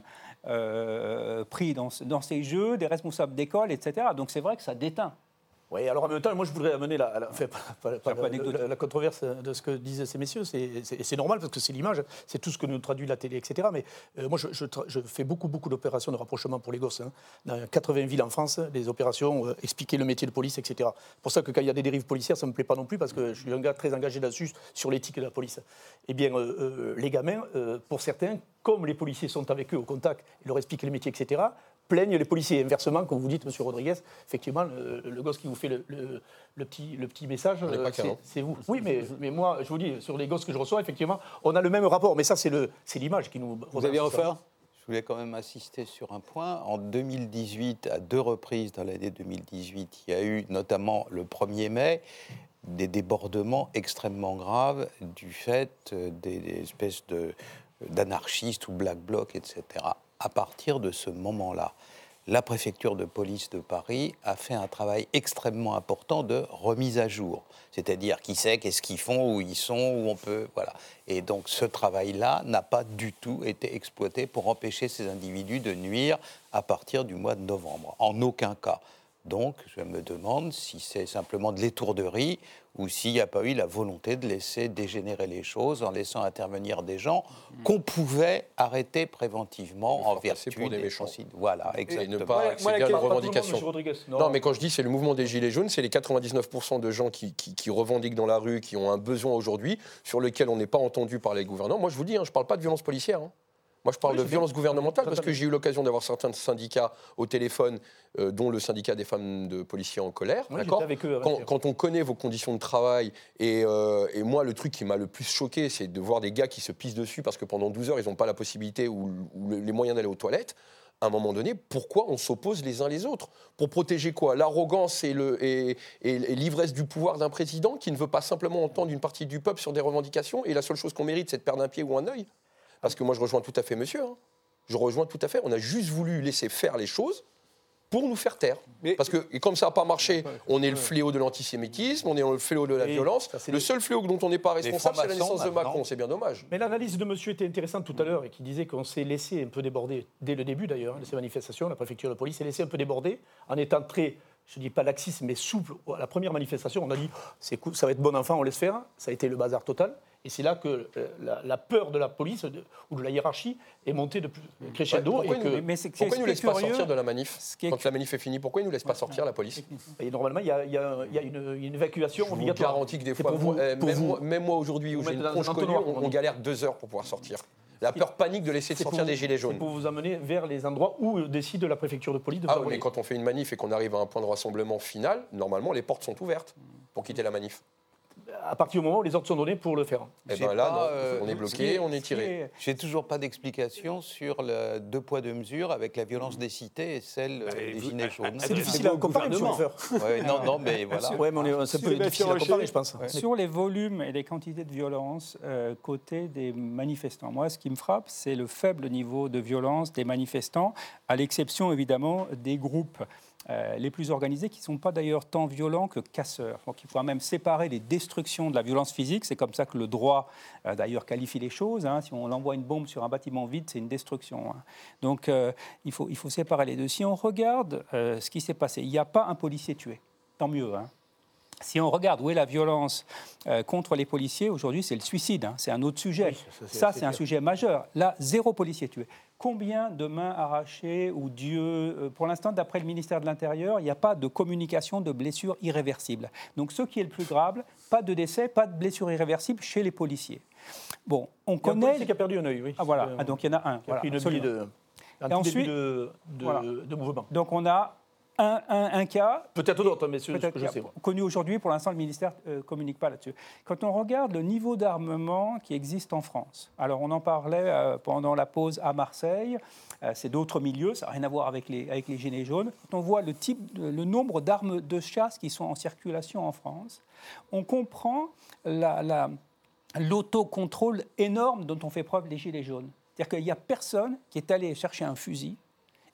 euh, pris dans, ce- dans ces jeux, des responsables d'école, et cetera. Donc c'est vrai que ça déteint. Oui, alors en même temps, moi je voudrais amener la, la, enfin, pas- pas- pas un peu la- anecdotique. la- la controverse de ce que disaient ces messieurs. C'est c'est- c'est normal parce que c'est l'image, c'est tout ce que nous traduit la télé, et cetera. Mais euh, moi je, je tra- je fais beaucoup, beaucoup d'opérations de rapprochement pour les gosses. Hein. Dans quatre-vingts villes en France, des opérations, euh, expliquer le métier de police, et cetera. C'est pour ça que quand il y a des dérives policières, ça ne me plaît pas non plus parce que je suis un gars très engagé là-dessus, sur l'éthique de la police. Eh bien, euh, euh, les gamins, euh, pour certains, comme les policiers sont avec eux au contact, ils leur expliquent le métier, et cetera, plaignent les policiers. Inversement, comme vous dites, M. Rodriguez, effectivement, le, le gosse qui vous fait le, le- le petit, le petit message, On n'est pas euh, qu'un, c'est hein. c'est vous. Oui, mais, mais moi, je vous dis, sur les gosses que je reçois, effectivement, on a le même rapport. Mais ça, c'est le- c'est l'image qui nous... Vous aviez refaire Je voulais quand même insister sur un point. En deux mille dix-huit, à deux reprises dans l'année deux mille dix-huit, il y a eu notamment le premier mai des débordements extrêmement graves du fait euh, des, des espèces de, d'anarchistes ou black blocs, et cetera. À partir de ce moment-là, la préfecture de police de Paris a fait un travail extrêmement important de remise à jour. C'est-à-dire qui sait, qu'est-ce qu'ils font, où ils sont, où on peut... Voilà. Et donc ce travail-là n'a pas du tout été exploité pour empêcher ces individus de nuire à partir du mois de novembre. En aucun cas. Donc je me demande si c'est simplement de l'étourderie ou s'il n'y a pas eu la volonté de laisser dégénérer les choses en laissant intervenir des gens qu'on pouvait arrêter préventivement en vertu pour des méchants. consignes. Voilà, Et exactement. ne pas accéder à Pas leurs tout le monde, revendications. M. Rodriguez. Non. Non. mais quand je dis c'est le mouvement des Gilets jaunes, c'est les quatre-vingt-dix-neuf pour cent de gens qui, qui- qui revendiquent dans la rue, qui ont un besoin aujourd'hui, sur lequel on n'est pas entendu par les gouvernants. Moi, je vous dis, hein, je ne parle pas de violence policière. hein. Moi, je parle Oui, de c'est violence bien. gouvernementale parce que Totalement. j'ai eu l'occasion d'avoir certains syndicats au téléphone, euh, dont le syndicat des femmes de policiers en colère. Oui, d'accord j'étais avec eux quand, avant-hier. quand on connaît vos conditions de travail, et, euh, et moi, le truc qui m'a le plus choqué, c'est de voir des gars qui se pissent dessus parce que pendant douze heures, ils n'ont pas la possibilité ou, ou les moyens d'aller aux toilettes. À un moment donné, pourquoi on s'oppose les uns les autres? Pour protéger quoi? L'arrogance et, le, et, et, et l'ivresse du pouvoir d'un président qui ne veut pas simplement entendre une partie du peuple sur des revendications, et la seule chose qu'on mérite, c'est de perdre un pied ou un œil? Parce que moi, je rejoins tout à fait monsieur. hein. Je rejoins tout à fait. On a juste voulu laisser faire les choses pour nous faire taire. Mais- Parce que, et comme ça n'a pas marché, on est le fléau de l'antisémitisme, on est le fléau de la Oui, violence. ça, c'est Le les- seul fléau dont on n'est pas responsable, c'est la francs-maçons, naissance de maintenant. Macron. C'est bien dommage. Mais l'analyse de monsieur était intéressante tout à l'heure et qui disait qu'on s'est laissé un peu déborder, dès le début d'ailleurs, de ces manifestations. La préfecture de police s'est laissé un peu déborder en étant très, je ne dis pas laxiste, mais souple. À la première manifestation, on a dit c'est cool, ça va être bon enfant, on laisse faire. Ça a été le bazar total. Et c'est là que euh, la, la peur de la police de- ou de la hiérarchie est montée de plus crescendo. Pourquoi et ils que, nous- Mais c'est- Pourquoi ce ils ne nous qui est laissent pas curieux, sortir de la manif ce qui est- quand la manif est finie? Pourquoi ils ne nous laissent pas sortir, la police? et normalement, il y a, il y a- il y a une, une évacuation Je vous obligatoire. garantis que des C'est fois, pour vous, moi, euh, pour même, vous. moi, même moi aujourd'hui où Vous j'ai mettez une dans tronche un connue, entonnoir, on, comme on on dit. galère deux heures pour pouvoir sortir. La peur panique de laisser C'est sortir pour- des gilets C'est jaunes. pour vous amener vers les endroits où décide la préfecture de police de Ah vous oui, mais envoyer. quand on fait une manif et qu'on arrive à un point de rassemblement final, normalement les portes sont ouvertes pour quitter la manif. À partir du moment où les ordres sont donnés pour le faire. Et J'ai bien là, pas, non, euh, on est ce bloqué, qui est- on est Ce qui tiré. est- J'ai toujours pas d'explication sur le deux poids deux mesures avec la violence des cités et celle euh, des gilets jaunes. C'est difficile à comparer, monsieur Lefebvre. Ouais, non, non, mais voilà. Ouais, mais on est- c'est un peu Sébastien difficile à Rocher. comparer, je pense. Sur les volumes et les quantités de violence euh, côté des manifestants, moi, ce qui me frappe, c'est le faible niveau de violence des manifestants, à l'exception évidemment des groupes euh, les plus organisés, qui ne sont pas d'ailleurs tant violents que casseurs. Donc il faut même séparer les destructions de la violence physique. C'est comme ça que le droit, euh, d'ailleurs, qualifie les choses. Hein. Si on envoie une bombe sur un bâtiment vide, c'est une destruction. Hein. Donc euh, il, faut, il faut séparer les deux. Si on regarde euh, ce qui s'est passé, il n'y a pas un policier tué. Tant mieux, hein. Si on regarde où est la violence euh, contre les policiers, aujourd'hui, c'est le suicide. Hein, c'est un autre sujet. Oui, ça, c'est- ça, c'est c'est un clair. sujet majeur. Là, zéro policier tué. Combien de mains arrachées ou Dieu euh, Pour l'instant, d'après le ministère de l'Intérieur, il n'y a pas de communication de blessures irréversibles. Donc, ce qui est le plus grave, pas de décès, pas de blessures irréversibles chez les policiers. Bon, on Il y a un connaît... policier qui a perdu un œil, oui. Ah, voilà. Euh, Ah, donc, il y en a un. qui a Voilà, pris une absolument. bille de, un Et tout ensuite, début de, de, voilà. de mouvement. Donc, on a un, un, un cas... Peut-être d'autres, mais c'est ce Peut-être que je qu'il y sais. a- connu aujourd'hui, pour l'instant, le ministère ne communique pas là-dessus. Quand on regarde le niveau d'armement qui existe en France, alors on en parlait euh, pendant la pause à Marseille, euh, c'est d'autres milieux, ça n'a rien à voir avec les, avec les gilets jaunes. Quand on voit le, type, de- le nombre d'armes de chasse qui sont en circulation en France, on comprend la, la, l'autocontrôle énorme dont ont fait preuve les gilets jaunes. C'est-à-dire qu'il n'y a personne qui est allé chercher un fusil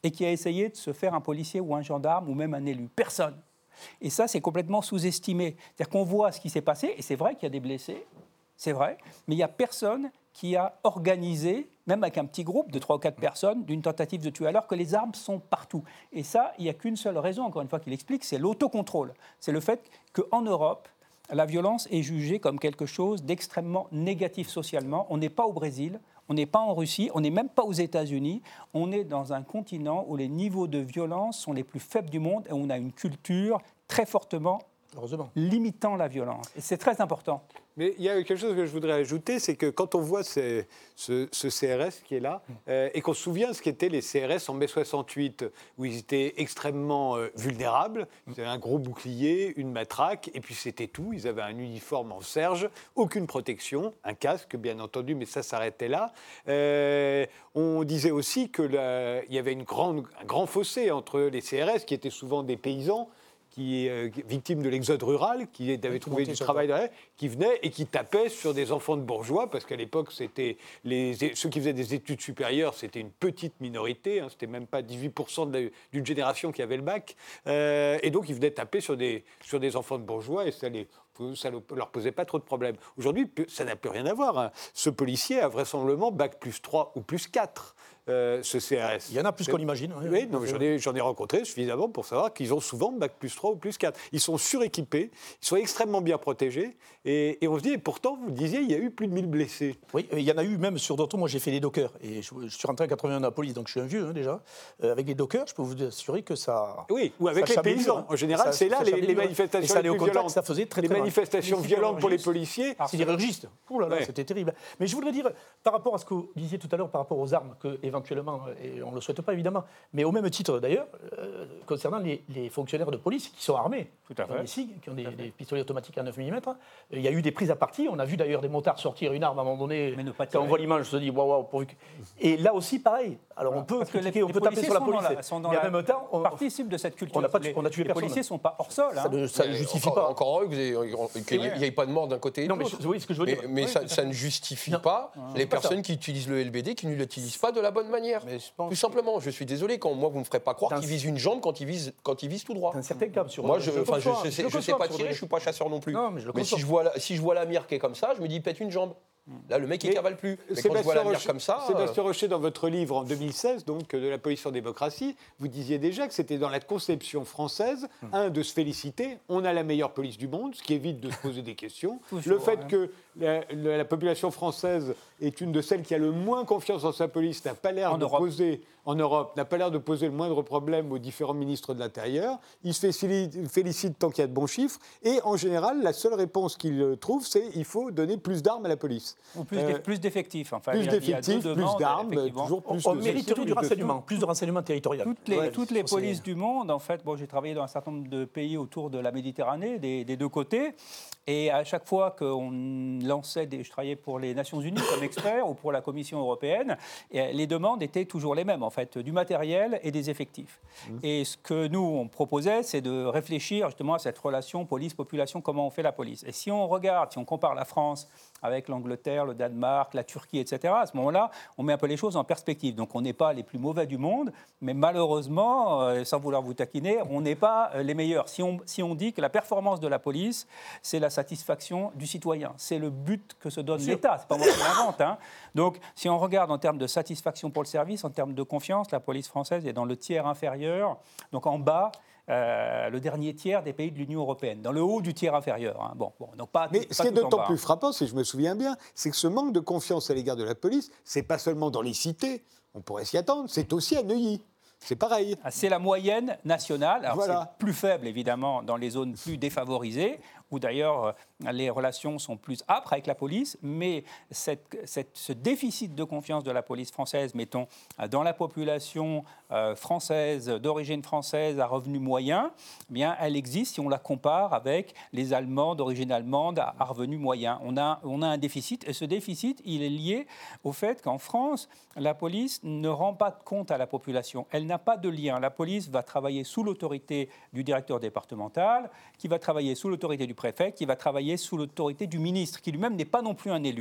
et qui a essayé de se faire un policier ou un gendarme ou même un élu? Personne. Et ça, c'est complètement sous-estimé. C'est-à-dire qu'on voit ce qui s'est passé, et c'est vrai qu'il y a des blessés, c'est vrai, mais il n'y a personne qui a organisé, même avec un petit groupe de trois ou quatre personnes, d'une tentative de tuer, alors que les armes sont partout. Et ça, il n'y a qu'une seule raison, encore une fois, qu'il explique, c'est l'autocontrôle. C'est le fait qu'en Europe, la violence est jugée comme quelque chose d'extrêmement négatif socialement. On n'est pas au Brésil, on n'est pas en Russie, on n'est même pas aux États-Unis. On est dans un continent où les niveaux de violence sont les plus faibles du monde et on a une culture très fortement limitant la violence. Et c'est très important. Mais il y a quelque chose que je voudrais ajouter, c'est que quand on voit ces, ce, ce C R S qui est là, euh, et qu'on se souvient ce qu'étaient les C R S en mai soixante-huit, où ils étaient extrêmement euh, vulnérables, ils avaient un gros bouclier, une matraque, et puis c'était tout. Ils avaient un uniforme en serge, aucune protection, un casque bien entendu, mais ça s'arrêtait là. Euh, on disait aussi qu'il y avait une grande, un grand fossé entre les C R S, qui étaient souvent des paysans, qui est euh, victime de l'exode rural, qui avait trouvé du travail derrière, qui venait et qui tapait sur des enfants de bourgeois, parce qu'à l'époque, c'était les, ceux qui faisaient des études supérieures, c'était une petite minorité, hein, c'était même pas dix-huit pour cent de la, d'une génération qui avait le bac, euh, et donc ils venaient taper sur des, sur des enfants de bourgeois, et ça les... ça ne leur posait pas trop de problèmes. Aujourd'hui, ça n'a plus rien à voir. Hein. Ce policier a vraisemblablement bac plus trois ou plus quatre, euh, ce C R S. Il y en a plus qu'on imagine. Oui, oui, non, j'en ai, j'en ai rencontré suffisamment pour savoir qu'ils ont souvent bac plus trois ou plus quatre. Ils sont suréquipés, ils sont extrêmement bien protégés. Et, et on se dit, et pourtant, vous disiez, il y a eu plus de mille blessés. Oui, il y en a eu même sur d'autres. Moi, j'ai fait des dockers. Et je, je suis rentré en quatre-vingt-un à la police, donc je suis un vieux hein, déjà. Euh, avec les dockers, je peux vous assurer que ça... Oui, ou avec les paysans. Hein. En général, ça, c'est là les, les manifestations les plus contact, violentes. Ça faisait très, les très manifestations mal. violentes pour les policiers. Sidérurgistes. Oh là là, ouais. C'était terrible. Mais je voudrais dire, par rapport à ce que vous disiez tout à l'heure, par rapport aux armes, que éventuellement, et on ne le souhaite pas évidemment, mais au même titre d'ailleurs, euh, concernant les, les fonctionnaires de police qui sont armés, tout à fait. Qui ont des SIG, qui ont des, des pistolets automatiques à neuf millimètres, il y a eu des prises à partie. On a vu d'ailleurs des motards sortir une arme à un moment donné. Quand on voit l'image, je se dis waouh, waouh, pourvu que... Et là aussi, pareil. Alors on peut Parce critiquer, les, on peut taper sur la police, la, sont dans mais la, en même temps, on participe de cette culture. On a, pas, on a tué les personne. Les policiers ne sont pas hors sol. Hein. Ça ne, ça ne justifie encore, pas. Encore heureux qu'il n'y ait, ait pas de mort d'un côté et de non, l'autre. Mais, oui, ce que je veux dire. Mais, mais oui, ça, ça ne justifie non. pas non. les personnes qui utilisent le L B D, qui ne l'utilisent pas de la bonne manière. Mais tout simplement, je suis désolé, quand moi vous ne me ferez pas croire qu'ils visent une jambe quand ils visent, quand ils visent tout droit. Dans certains cas, sur moi, je ne sais pas tirer, je ne suis pas chasseur non plus. Mais si je vois la mire qui est comme ça, je me dis pète une jambe. Là, le mec, il ne cavale plus. Mais quand je vois la mire comme ça... Sébastien euh... Rocher, dans votre livre en deux mille seize, donc, de la police en démocratie, vous disiez déjà que c'était dans la conception française, hum. un, de se féliciter, on a la meilleure police du monde, ce qui évite de se poser des questions. Toujours, le fait hein. que la, la, la population française est une de celles qui a le moins confiance en sa police, n'a pas l'air en de Europe. poser... en Europe, n'a pas l'air de poser le moindre problème aux différents ministres de l'Intérieur. Il se félicite tant qu'il y a de bons chiffres. Et en général, la seule réponse qu'il trouve, c'est qu'il faut donner plus d'armes à la police. Ou plus, euh, plus d'effectifs. Enfin, plus d'effectifs, plus d'armes, toujours plus on de... On mériterait du renseignement, plus de renseignement territorial. Toutes les, ouais, toutes les polices du monde, en fait, bon, j'ai travaillé dans un certain nombre de pays autour de la Méditerranée, des, des deux côtés, et à chaque fois qu'on lançait des... Je travaillais pour les Nations Unies comme expert ou pour la Commission européenne, et les demandes étaient toujours les mêmes, en fait, du matériel et des effectifs. Mmh. Et ce que nous, on proposait, c'est de réfléchir justement à cette relation police-population, comment on fait la police. Et si on regarde, si on compare la France avec l'Angleterre, le Danemark, la Turquie, et cetera, à ce moment-là, on met un peu les choses en perspective. Donc on n'est pas les plus mauvais du monde, mais malheureusement, euh, sans vouloir vous taquiner, on n'est pas euh, les meilleurs. Si on, si on dit que la performance de la police, c'est la satisfaction du citoyen, c'est le but que se donne l'État, c'est pas moi qui l'invente. Hein. Donc si on regarde en termes de satisfaction pour le service, en termes de confiance, la police française est dans le tiers inférieur, donc en bas, Euh, le dernier tiers des pays de l'Union européenne, dans le haut du tiers inférieur. Hein. Bon, bon, donc pas, Mais pas ce qui est tout d'autant plus frappant, si je me souviens bien, c'est que ce manque de confiance à l'égard de la police, c'est pas seulement dans les cités, on pourrait s'y attendre, c'est aussi à Neuilly. C'est pareil. C'est la moyenne nationale. Alors voilà. C'est plus faible, évidemment, dans les zones plus défavorisées, où d'ailleurs les relations sont plus âpres avec la police, mais cette, cette, ce déficit de confiance de la police française, mettons, dans la population euh, française, d'origine française, à revenu moyen, eh bien, elle existe si on la compare avec les Allemands d'origine allemande à, à revenu moyen. On a, on a un déficit, et ce déficit, il est lié au fait qu'en France, la police ne rend pas compte à la population. Elle n'a pas de lien. La police va travailler sous l'autorité du directeur départemental, qui va travailler sous l'autorité du préfet, qui va travailler sous l'autorité du ministre, qui lui-même n'est pas non plus un élu,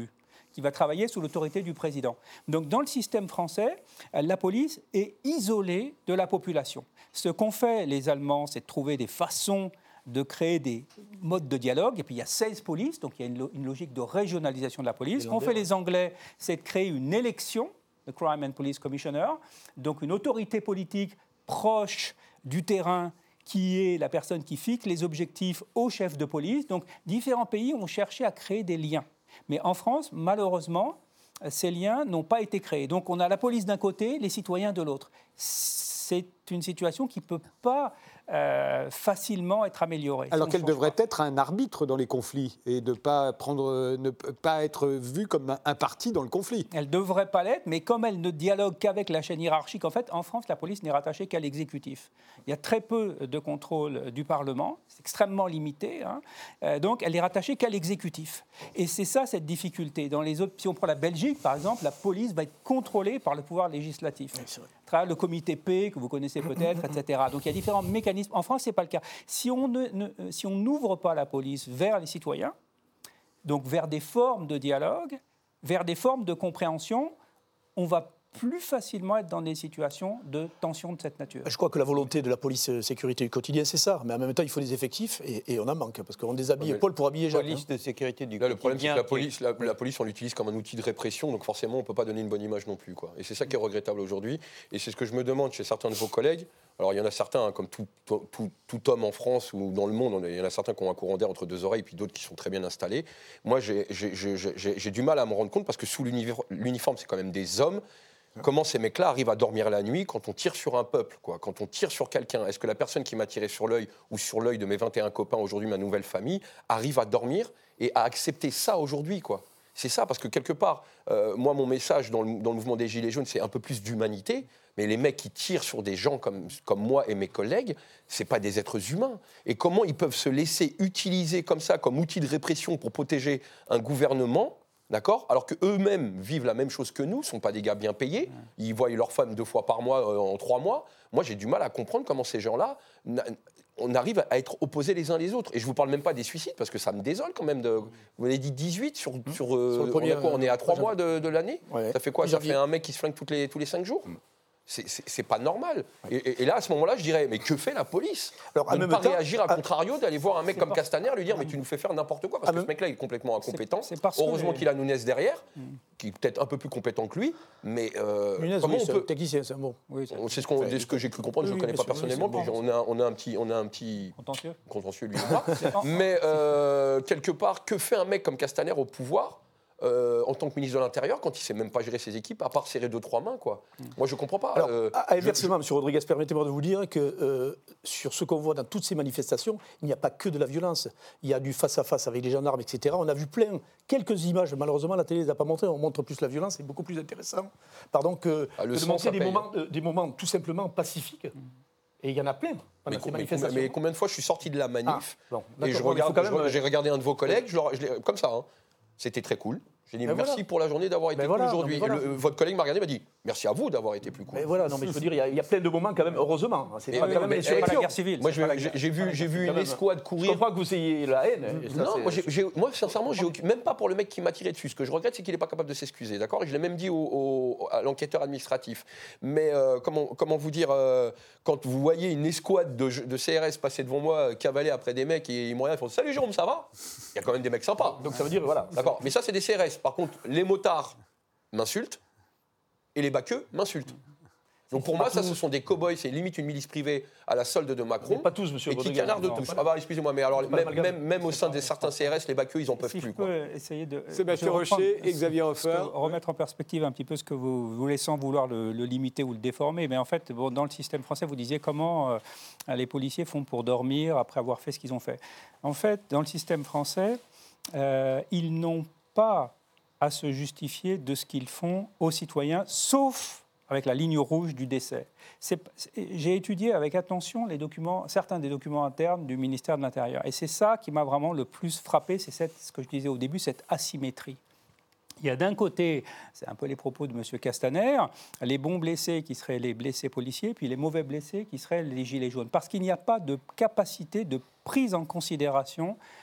qui va travailler sous l'autorité du président. Donc dans le système français, la police est isolée de la population. Ce qu'ont fait les Allemands, c'est de trouver des façons de créer des modes de dialogue. Et puis il y a seize polices, donc il y a une, lo- une logique de régionalisation de la police. Ce qu'ont fait les Anglais, c'est de créer une élection, le Crime and Police Commissioner, donc une autorité politique proche du terrain qui est la personne qui fixe les objectifs au chef de police. Donc différents pays ont cherché à créer des liens. Mais en France, malheureusement, ces liens n'ont pas été créés. Donc on a la police d'un côté, les citoyens de l'autre. C'est une situation qui ne peut pas euh, facilement être améliorée. Alors Si on qu'elle change devrait pas. être un arbitre dans les conflits et de pas prendre, ne pas être vue comme un, un parti dans le conflit. Elle ne devrait pas l'être, mais comme elle ne dialogue qu'avec la chaîne hiérarchique, en fait, en France, la police n'est rattachée qu'à l'exécutif. Il y a très peu de contrôle du Parlement, c'est extrêmement limité, hein. Euh, donc elle est rattachée qu'à l'exécutif. Et c'est ça, cette difficulté. Dans les autres, si on prend la Belgique, par exemple, la police va être contrôlée par le pouvoir législatif. Oui, à travers le comité P, que vous connaissez peut-être, et cetera. Donc il y a différents mécanismes. En France, ce n'est pas le cas. Si on ne, ne, si on n'ouvre pas la police vers les citoyens, donc vers des formes de dialogue, vers des formes de compréhension, on va plus facilement être dans des situations de tension de cette nature. Je crois que la volonté de la police euh, sécurité du quotidien, c'est ça. Mais en même temps, il faut des effectifs et, et on en manque. Parce qu'on déshabille Ouais, Paul pour habiller Jacques. Police de sécurité du Là, le problème, c'est que quotidien la qui- police, la, la police, on l'utilise comme un outil de répression, donc forcément, on ne peut pas donner une bonne image non plus, quoi. Et c'est ça qui est regrettable aujourd'hui. Et c'est ce que je me demande chez certains de vos collègues. Alors, il y en a certains, hein, comme tout, tout, tout, tout homme en France ou dans le monde, on a- il y en a certains qui ont un courant d'air entre deux oreilles, puis d'autres qui sont très bien installés. Moi, j'ai, j'ai, j'ai, j'ai, j'ai du mal à me rendre compte, parce que sous l'unifor- l'uniforme, c'est quand même des hommes. Comment ces mecs-là arrivent à dormir la nuit quand on tire sur un peuple, quoi, quand on tire sur quelqu'un? Est-ce que la personne qui m'a tiré sur l'œil ou sur l'œil de mes vingt et un copains, aujourd'hui ma nouvelle famille, arrive à dormir et à accepter ça aujourd'hui, quoi? C'est ça, parce que quelque part, euh, moi, mon message dans le, dans le mouvement des Gilets jaunes, c'est un peu plus d'humanité. Mais les mecs qui tirent sur des gens comme, comme moi et mes collègues, c'est pas des êtres humains. Et comment ils peuvent se laisser utiliser comme ça, comme outil de répression pour protéger un gouvernement? D'accord? Alors qu'eux-mêmes vivent la même chose que nous, ne sont pas des gars bien payés, ils voient leur femme deux fois par mois, euh, en trois mois. Moi, j'ai du mal à comprendre comment ces gens-là, na- on arrive à être opposés les uns les autres. Et je ne vous parle même pas des suicides, parce que ça me désole quand même. De, vous avez dit dix-huit sur... sur, euh, Sur le premier, on, a quoi, on est à trois euh, mois de, de l'année. Ouais. Ça fait quoi? Ça Janvier. fait un mec qui se flingue toutes les, tous les cinq jours. C'est- C'est c'est pas normal. Et, et- et là, à ce moment-là, je dirais, mais que fait la police? Alors, en De ne même pas temps, réagir à à- contrario, d'aller voir un mec comme pas- Castaner, lui dire, mais tu nous fais faire n'importe quoi, parce Ah, que même- ce mec-là, il est complètement incompétent. c'est parce que Heureusement les- qu'il a Nunes derrière, qui est peut-être un peu plus compétent que lui, mais euh, Nunez, comment oui, on c'est un peut... technicien, c'est un mot. Oui, c'est On- C'est ce, qu'on- c'est ce que j'ai cru comprendre, je ne Oui, le connais bien pas sûr, oui, personnellement, c'est puis bon. on a, on a un petit, on a un petit contentieux. contentieux, lui et moi. Mais euh, quelque part, que fait un mec comme Castaner au pouvoir euh, en tant que ministre de l'Intérieur quand il ne sait même pas gérer ses équipes, à part serrer deux, trois mains, quoi? Moi, je ne comprends pas. Alors, Euh, à- inversement, M. Rodriguez, permettez-moi de vous dire que euh, sur ce qu'on voit dans toutes ces manifestations, il n'y a pas que de la violence. Il y a du face-à-face avec les gendarmes, et cetera. On a vu plein, quelques images. Malheureusement, la télé ne les a pas montrées. On montre plus la violence, c'est beaucoup plus intéressant. Pardon, que, Ah, le que de sang, montrer ça des paye. moments, euh, des moments tout simplement pacifiques. Et il y en a plein Mais, pendant ces com- mais combien, manifestations. mais combien de fois je suis sorti de la manif Ah, bon, et d'accord, je bon, il regarde, faut quand je- même, euh, j'ai regardé un de vos collègues, je leur- je l'ai- comme ça, hein. C'était très cool. J'ai dit Ben merci voilà. pour la journée d'avoir été Ben cool voilà, aujourd'hui. non, mais Et voilà. le- votre collègue m'a regardé et m'a dit merci à vous d'avoir été plus cool. Mais voilà, non, mais je veux dire, il y a- il y, a plein de moments quand même, heureusement. C'est Mais pas oui, quand mais- même eh, C'est pas la l'insurrection. guerre civile. Moi, c'est je- pas la j'ai guerre. j'ai vu, j'ai vu Quand une même. escouade Je courir. comprends que vous ayez la haine. et ça, Non, c'est- moi, j'ai- j'ai- moi, sincèrement, j'ai aucun- même pas pour le mec qui m'a tiré dessus. Ce que je regrette, c'est qu'il n'est pas capable de s'excuser, d'accord? Et je l'ai même dit au, au- à l'enquêteur administratif. Mais euh, comment, comment vous dire, euh, quand vous voyez une escouade de, de C R S passer devant moi, euh, cavaler après des mecs et ils me regardent, ils font salut Jérôme, ça va? Il y a quand même des mecs sympas. Donc ça veut dire, voilà. D'accord, mais ça, c'est des C R S. Par contre, les motards m'insultent et les baqueux m'insultent. Donc pour moi, ça, ce sont des cow-boys, c'est limite une milice privée à la solde de Macron. Pas tous, monsieur Et qui Rodriguez. canardent Non, tous. pas- Ah bah, excusez-moi, mais alors, pas même, l'amalgame. même, même au sein de certains C R S, les baqueux, ils en peuvent Si plus. je quoi. peux essayer de Sébastien de reprendre Rocher et ce- Xavier ce Hofer. que- remettre en perspective un petit peu ce que vous voulez sans vouloir le, le limiter ou le déformer. Mais en fait, bon, dans le système français, vous disiez comment euh, les policiers font pour dormir après avoir fait ce qu'ils ont fait. En fait, dans le système français, euh, ils n'ont pas à se justifier de ce qu'ils font aux citoyens, sauf avec la ligne rouge du décès. C'est- c'est- J'ai étudié avec attention les documents, certains des documents internes du ministère de l'Intérieur. Et c'est ça qui m'a vraiment le plus frappé, c'est cette- ce que je disais au début, cette asymétrie. Il y a d'un côté, c'est un peu les propos de M. Castaner, les bons blessés qui seraient les blessés policiers, puis les mauvais blessés qui seraient les gilets jaunes. Parce qu'il n'y a pas de capacité de prise en considération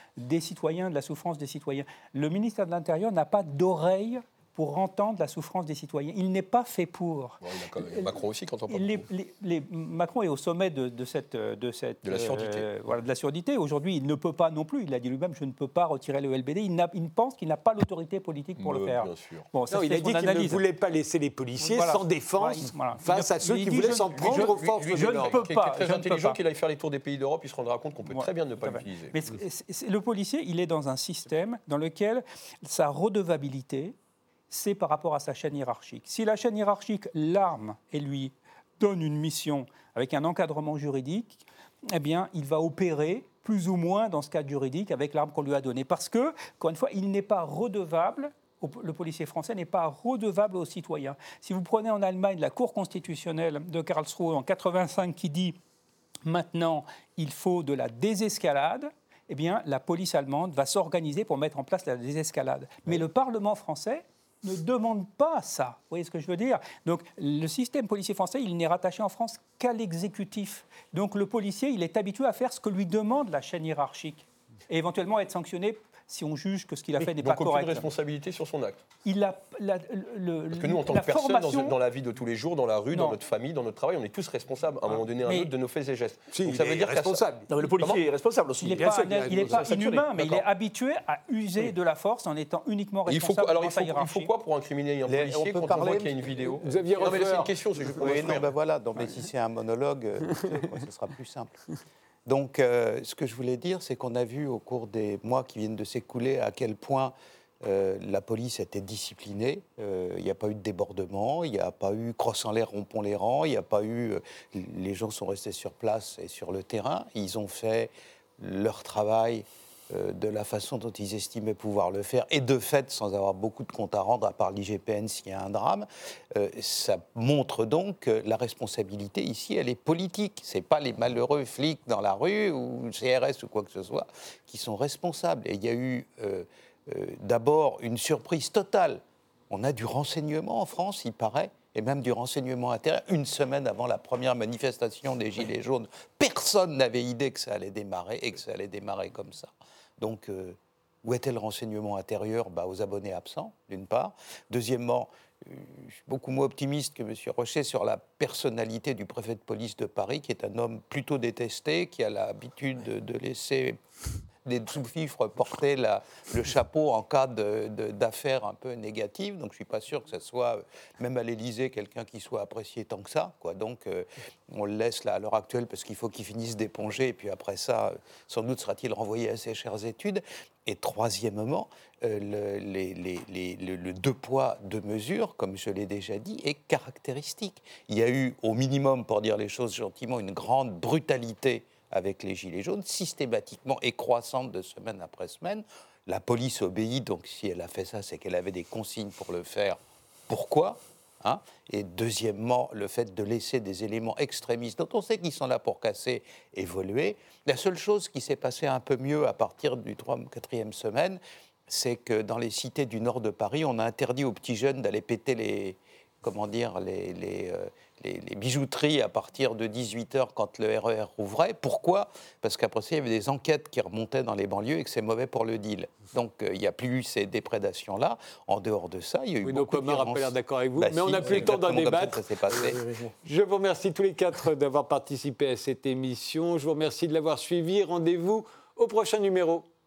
des citoyens, de la souffrance des citoyens. Le ministère de l'Intérieur n'a pas d'oreille pour entendre la souffrance des citoyens. Il n'est pas fait pour. Bon, il a, il a Macron aussi, quand on parle. Les, les, les, Macron est au sommet de, de cette, de cette de la surdité. Euh, voilà, de la surdité. Aujourd'hui, il ne peut pas non plus. Il a dit lui-même, je ne peux pas retirer le L B D. Il, n'a, il pense qu'il n'a pas l'autorité politique pour Me, le faire. Bien sûr. Bon, ça, non, il a dit qu'il ne voulait pas laisser les policiers voilà. sans défense voilà. face il, à ceux qui voulaient s'en prendre je, aux forces de l'ordre. Je ne peux pas. C'est très intelligent qu'il aille faire les tours des pays d'Europe. Il se rendra compte qu'on peut voilà. très bien ne pas l'utiliser. Mais c'est, c'est, le policier, il est dans un système dans lequel sa redevabilité, c'est par rapport à sa chaîne hiérarchique. Si la chaîne hiérarchique l'arme et lui donne une mission avec un encadrement juridique, eh bien, il va opérer plus ou moins dans ce cadre juridique avec l'arme qu'on lui a donnée. Parce que, encore une fois, il n'est pas redevable, le policier français n'est pas redevable aux citoyens. Si vous prenez en Allemagne la Cour constitutionnelle de Karlsruhe en quatre-vingt-cinq qui dit « maintenant, il faut de la désescalade », eh bien, la police allemande va s'organiser pour mettre en place la désescalade. Mais le Parlement français ne demande pas ça. Vous voyez ce que je veux dire ? Donc, le système policier français, il n'est rattaché en France qu'à l'exécutif. Donc, le policier, il est habitué à faire ce que lui demande la chaîne hiérarchique et éventuellement être sanctionné si on juge que ce qu'il a fait n'est pas correct. Donc, aucune responsabilité sur son acte. Il a la, le, Parce que nous, en tant que personne, formation... dans, dans la vie de tous les jours, dans la rue, non. dans notre famille, dans notre travail, on est tous responsables à un moment donné ou à un autre de nos faits et gestes. Si, donc, ça veut dire responsable. Non, mais le policier Comment est responsable aussi. Il n'est pas, sûr, un, il est pas inhumain, mais il est habitué à user oui. de la force en étant uniquement responsable. Il faut, alors, il faut, il faut quoi pour incriminer un policier quand on voit qu'il y a une vidéo ? Vous aviez non, mais c'est une question, c'est juste pour oui, non, ben voilà. Donc, mais si c'est un monologue, ce sera plus simple. Donc, euh, ce que je voulais dire, c'est qu'on a vu au cours des mois qui viennent de s'écouler à quel point euh, la police était disciplinée. Euh, il n'y a pas eu de débordement, il n'y a pas eu crosse en l'air, rompons les rangs, il n'y a pas eu... Euh, les gens sont restés sur place et sur le terrain. Ils ont fait leur travail euh, de la façon dont ils estimaient pouvoir le faire, et de fait, sans avoir beaucoup de comptes à rendre, à part l'I G P N s'il y a un drame. Euh, ça montre donc que la responsabilité ici, elle est politique. Ce n'est pas les malheureux flics dans la rue ou le C R S ou quoi que ce soit qui sont responsables. Et il y a eu euh, euh, d'abord une surprise totale. On a du renseignement en France, il paraît, et même du renseignement intérieur. Une semaine avant la première manifestation des Gilets jaunes, personne n'avait idée que ça allait démarrer et que ça allait démarrer comme ça. Donc, euh, où était le renseignement intérieur ? Bah, aux abonnés absents, d'une part. Deuxièmement, euh, je suis beaucoup moins optimiste que M. Rocher sur la personnalité du préfet de police de Paris, qui est un homme plutôt détesté, qui a l'habitude de, de laisser des sous-fifres porter la, le chapeau en cas de, de, d'affaires un peu négatives. Donc, je ne suis pas sûr que ce soit, même à l'Élysée, quelqu'un qui soit apprécié tant que ça, quoi. Donc, euh, on le laisse là à l'heure actuelle parce qu'il faut qu'il finisse d'éponger. Et puis après ça, sans doute sera-t-il renvoyé à ses chères études. Et troisièmement, euh, le, les, les, les, le, le deux poids, deux mesures, comme je l'ai déjà dit, est caractéristique. Il y a eu, au minimum, pour dire les choses gentiment, une grande brutalité avec les Gilets jaunes, systématiquement et croissante de semaine après semaine. La police obéit, donc si elle a fait ça, c'est qu'elle avait des consignes pour le faire. Pourquoi ? Hein ? Et deuxièmement, le fait de laisser des éléments extrémistes, dont on sait qu'ils sont là pour casser, évoluer. La seule chose qui s'est passée un peu mieux à partir du troisième, quatrième semaine, c'est que dans les cités du nord de Paris, on a interdit aux petits jeunes d'aller péter les... comment dire, les, les, euh, les, les bijouteries à partir de dix-huit heures quand le R E R rouvrait. Pourquoi ? Parce qu'après ça, il y avait des enquêtes qui remontaient dans les banlieues et que c'est mauvais pour le deal. Donc, euh, il n'y a plus eu ces déprédations-là. En dehors de ça, il y a eu oui, beaucoup donc, de violence. Omar a pas l'air d'accord avec vous, bah, mais si, on n'a plus le temps d'en débattre. Ça s'est passé. Je vous remercie tous les quatre d'avoir participé à cette émission. Je vous remercie de l'avoir suivi. Rendez-vous au prochain numéro.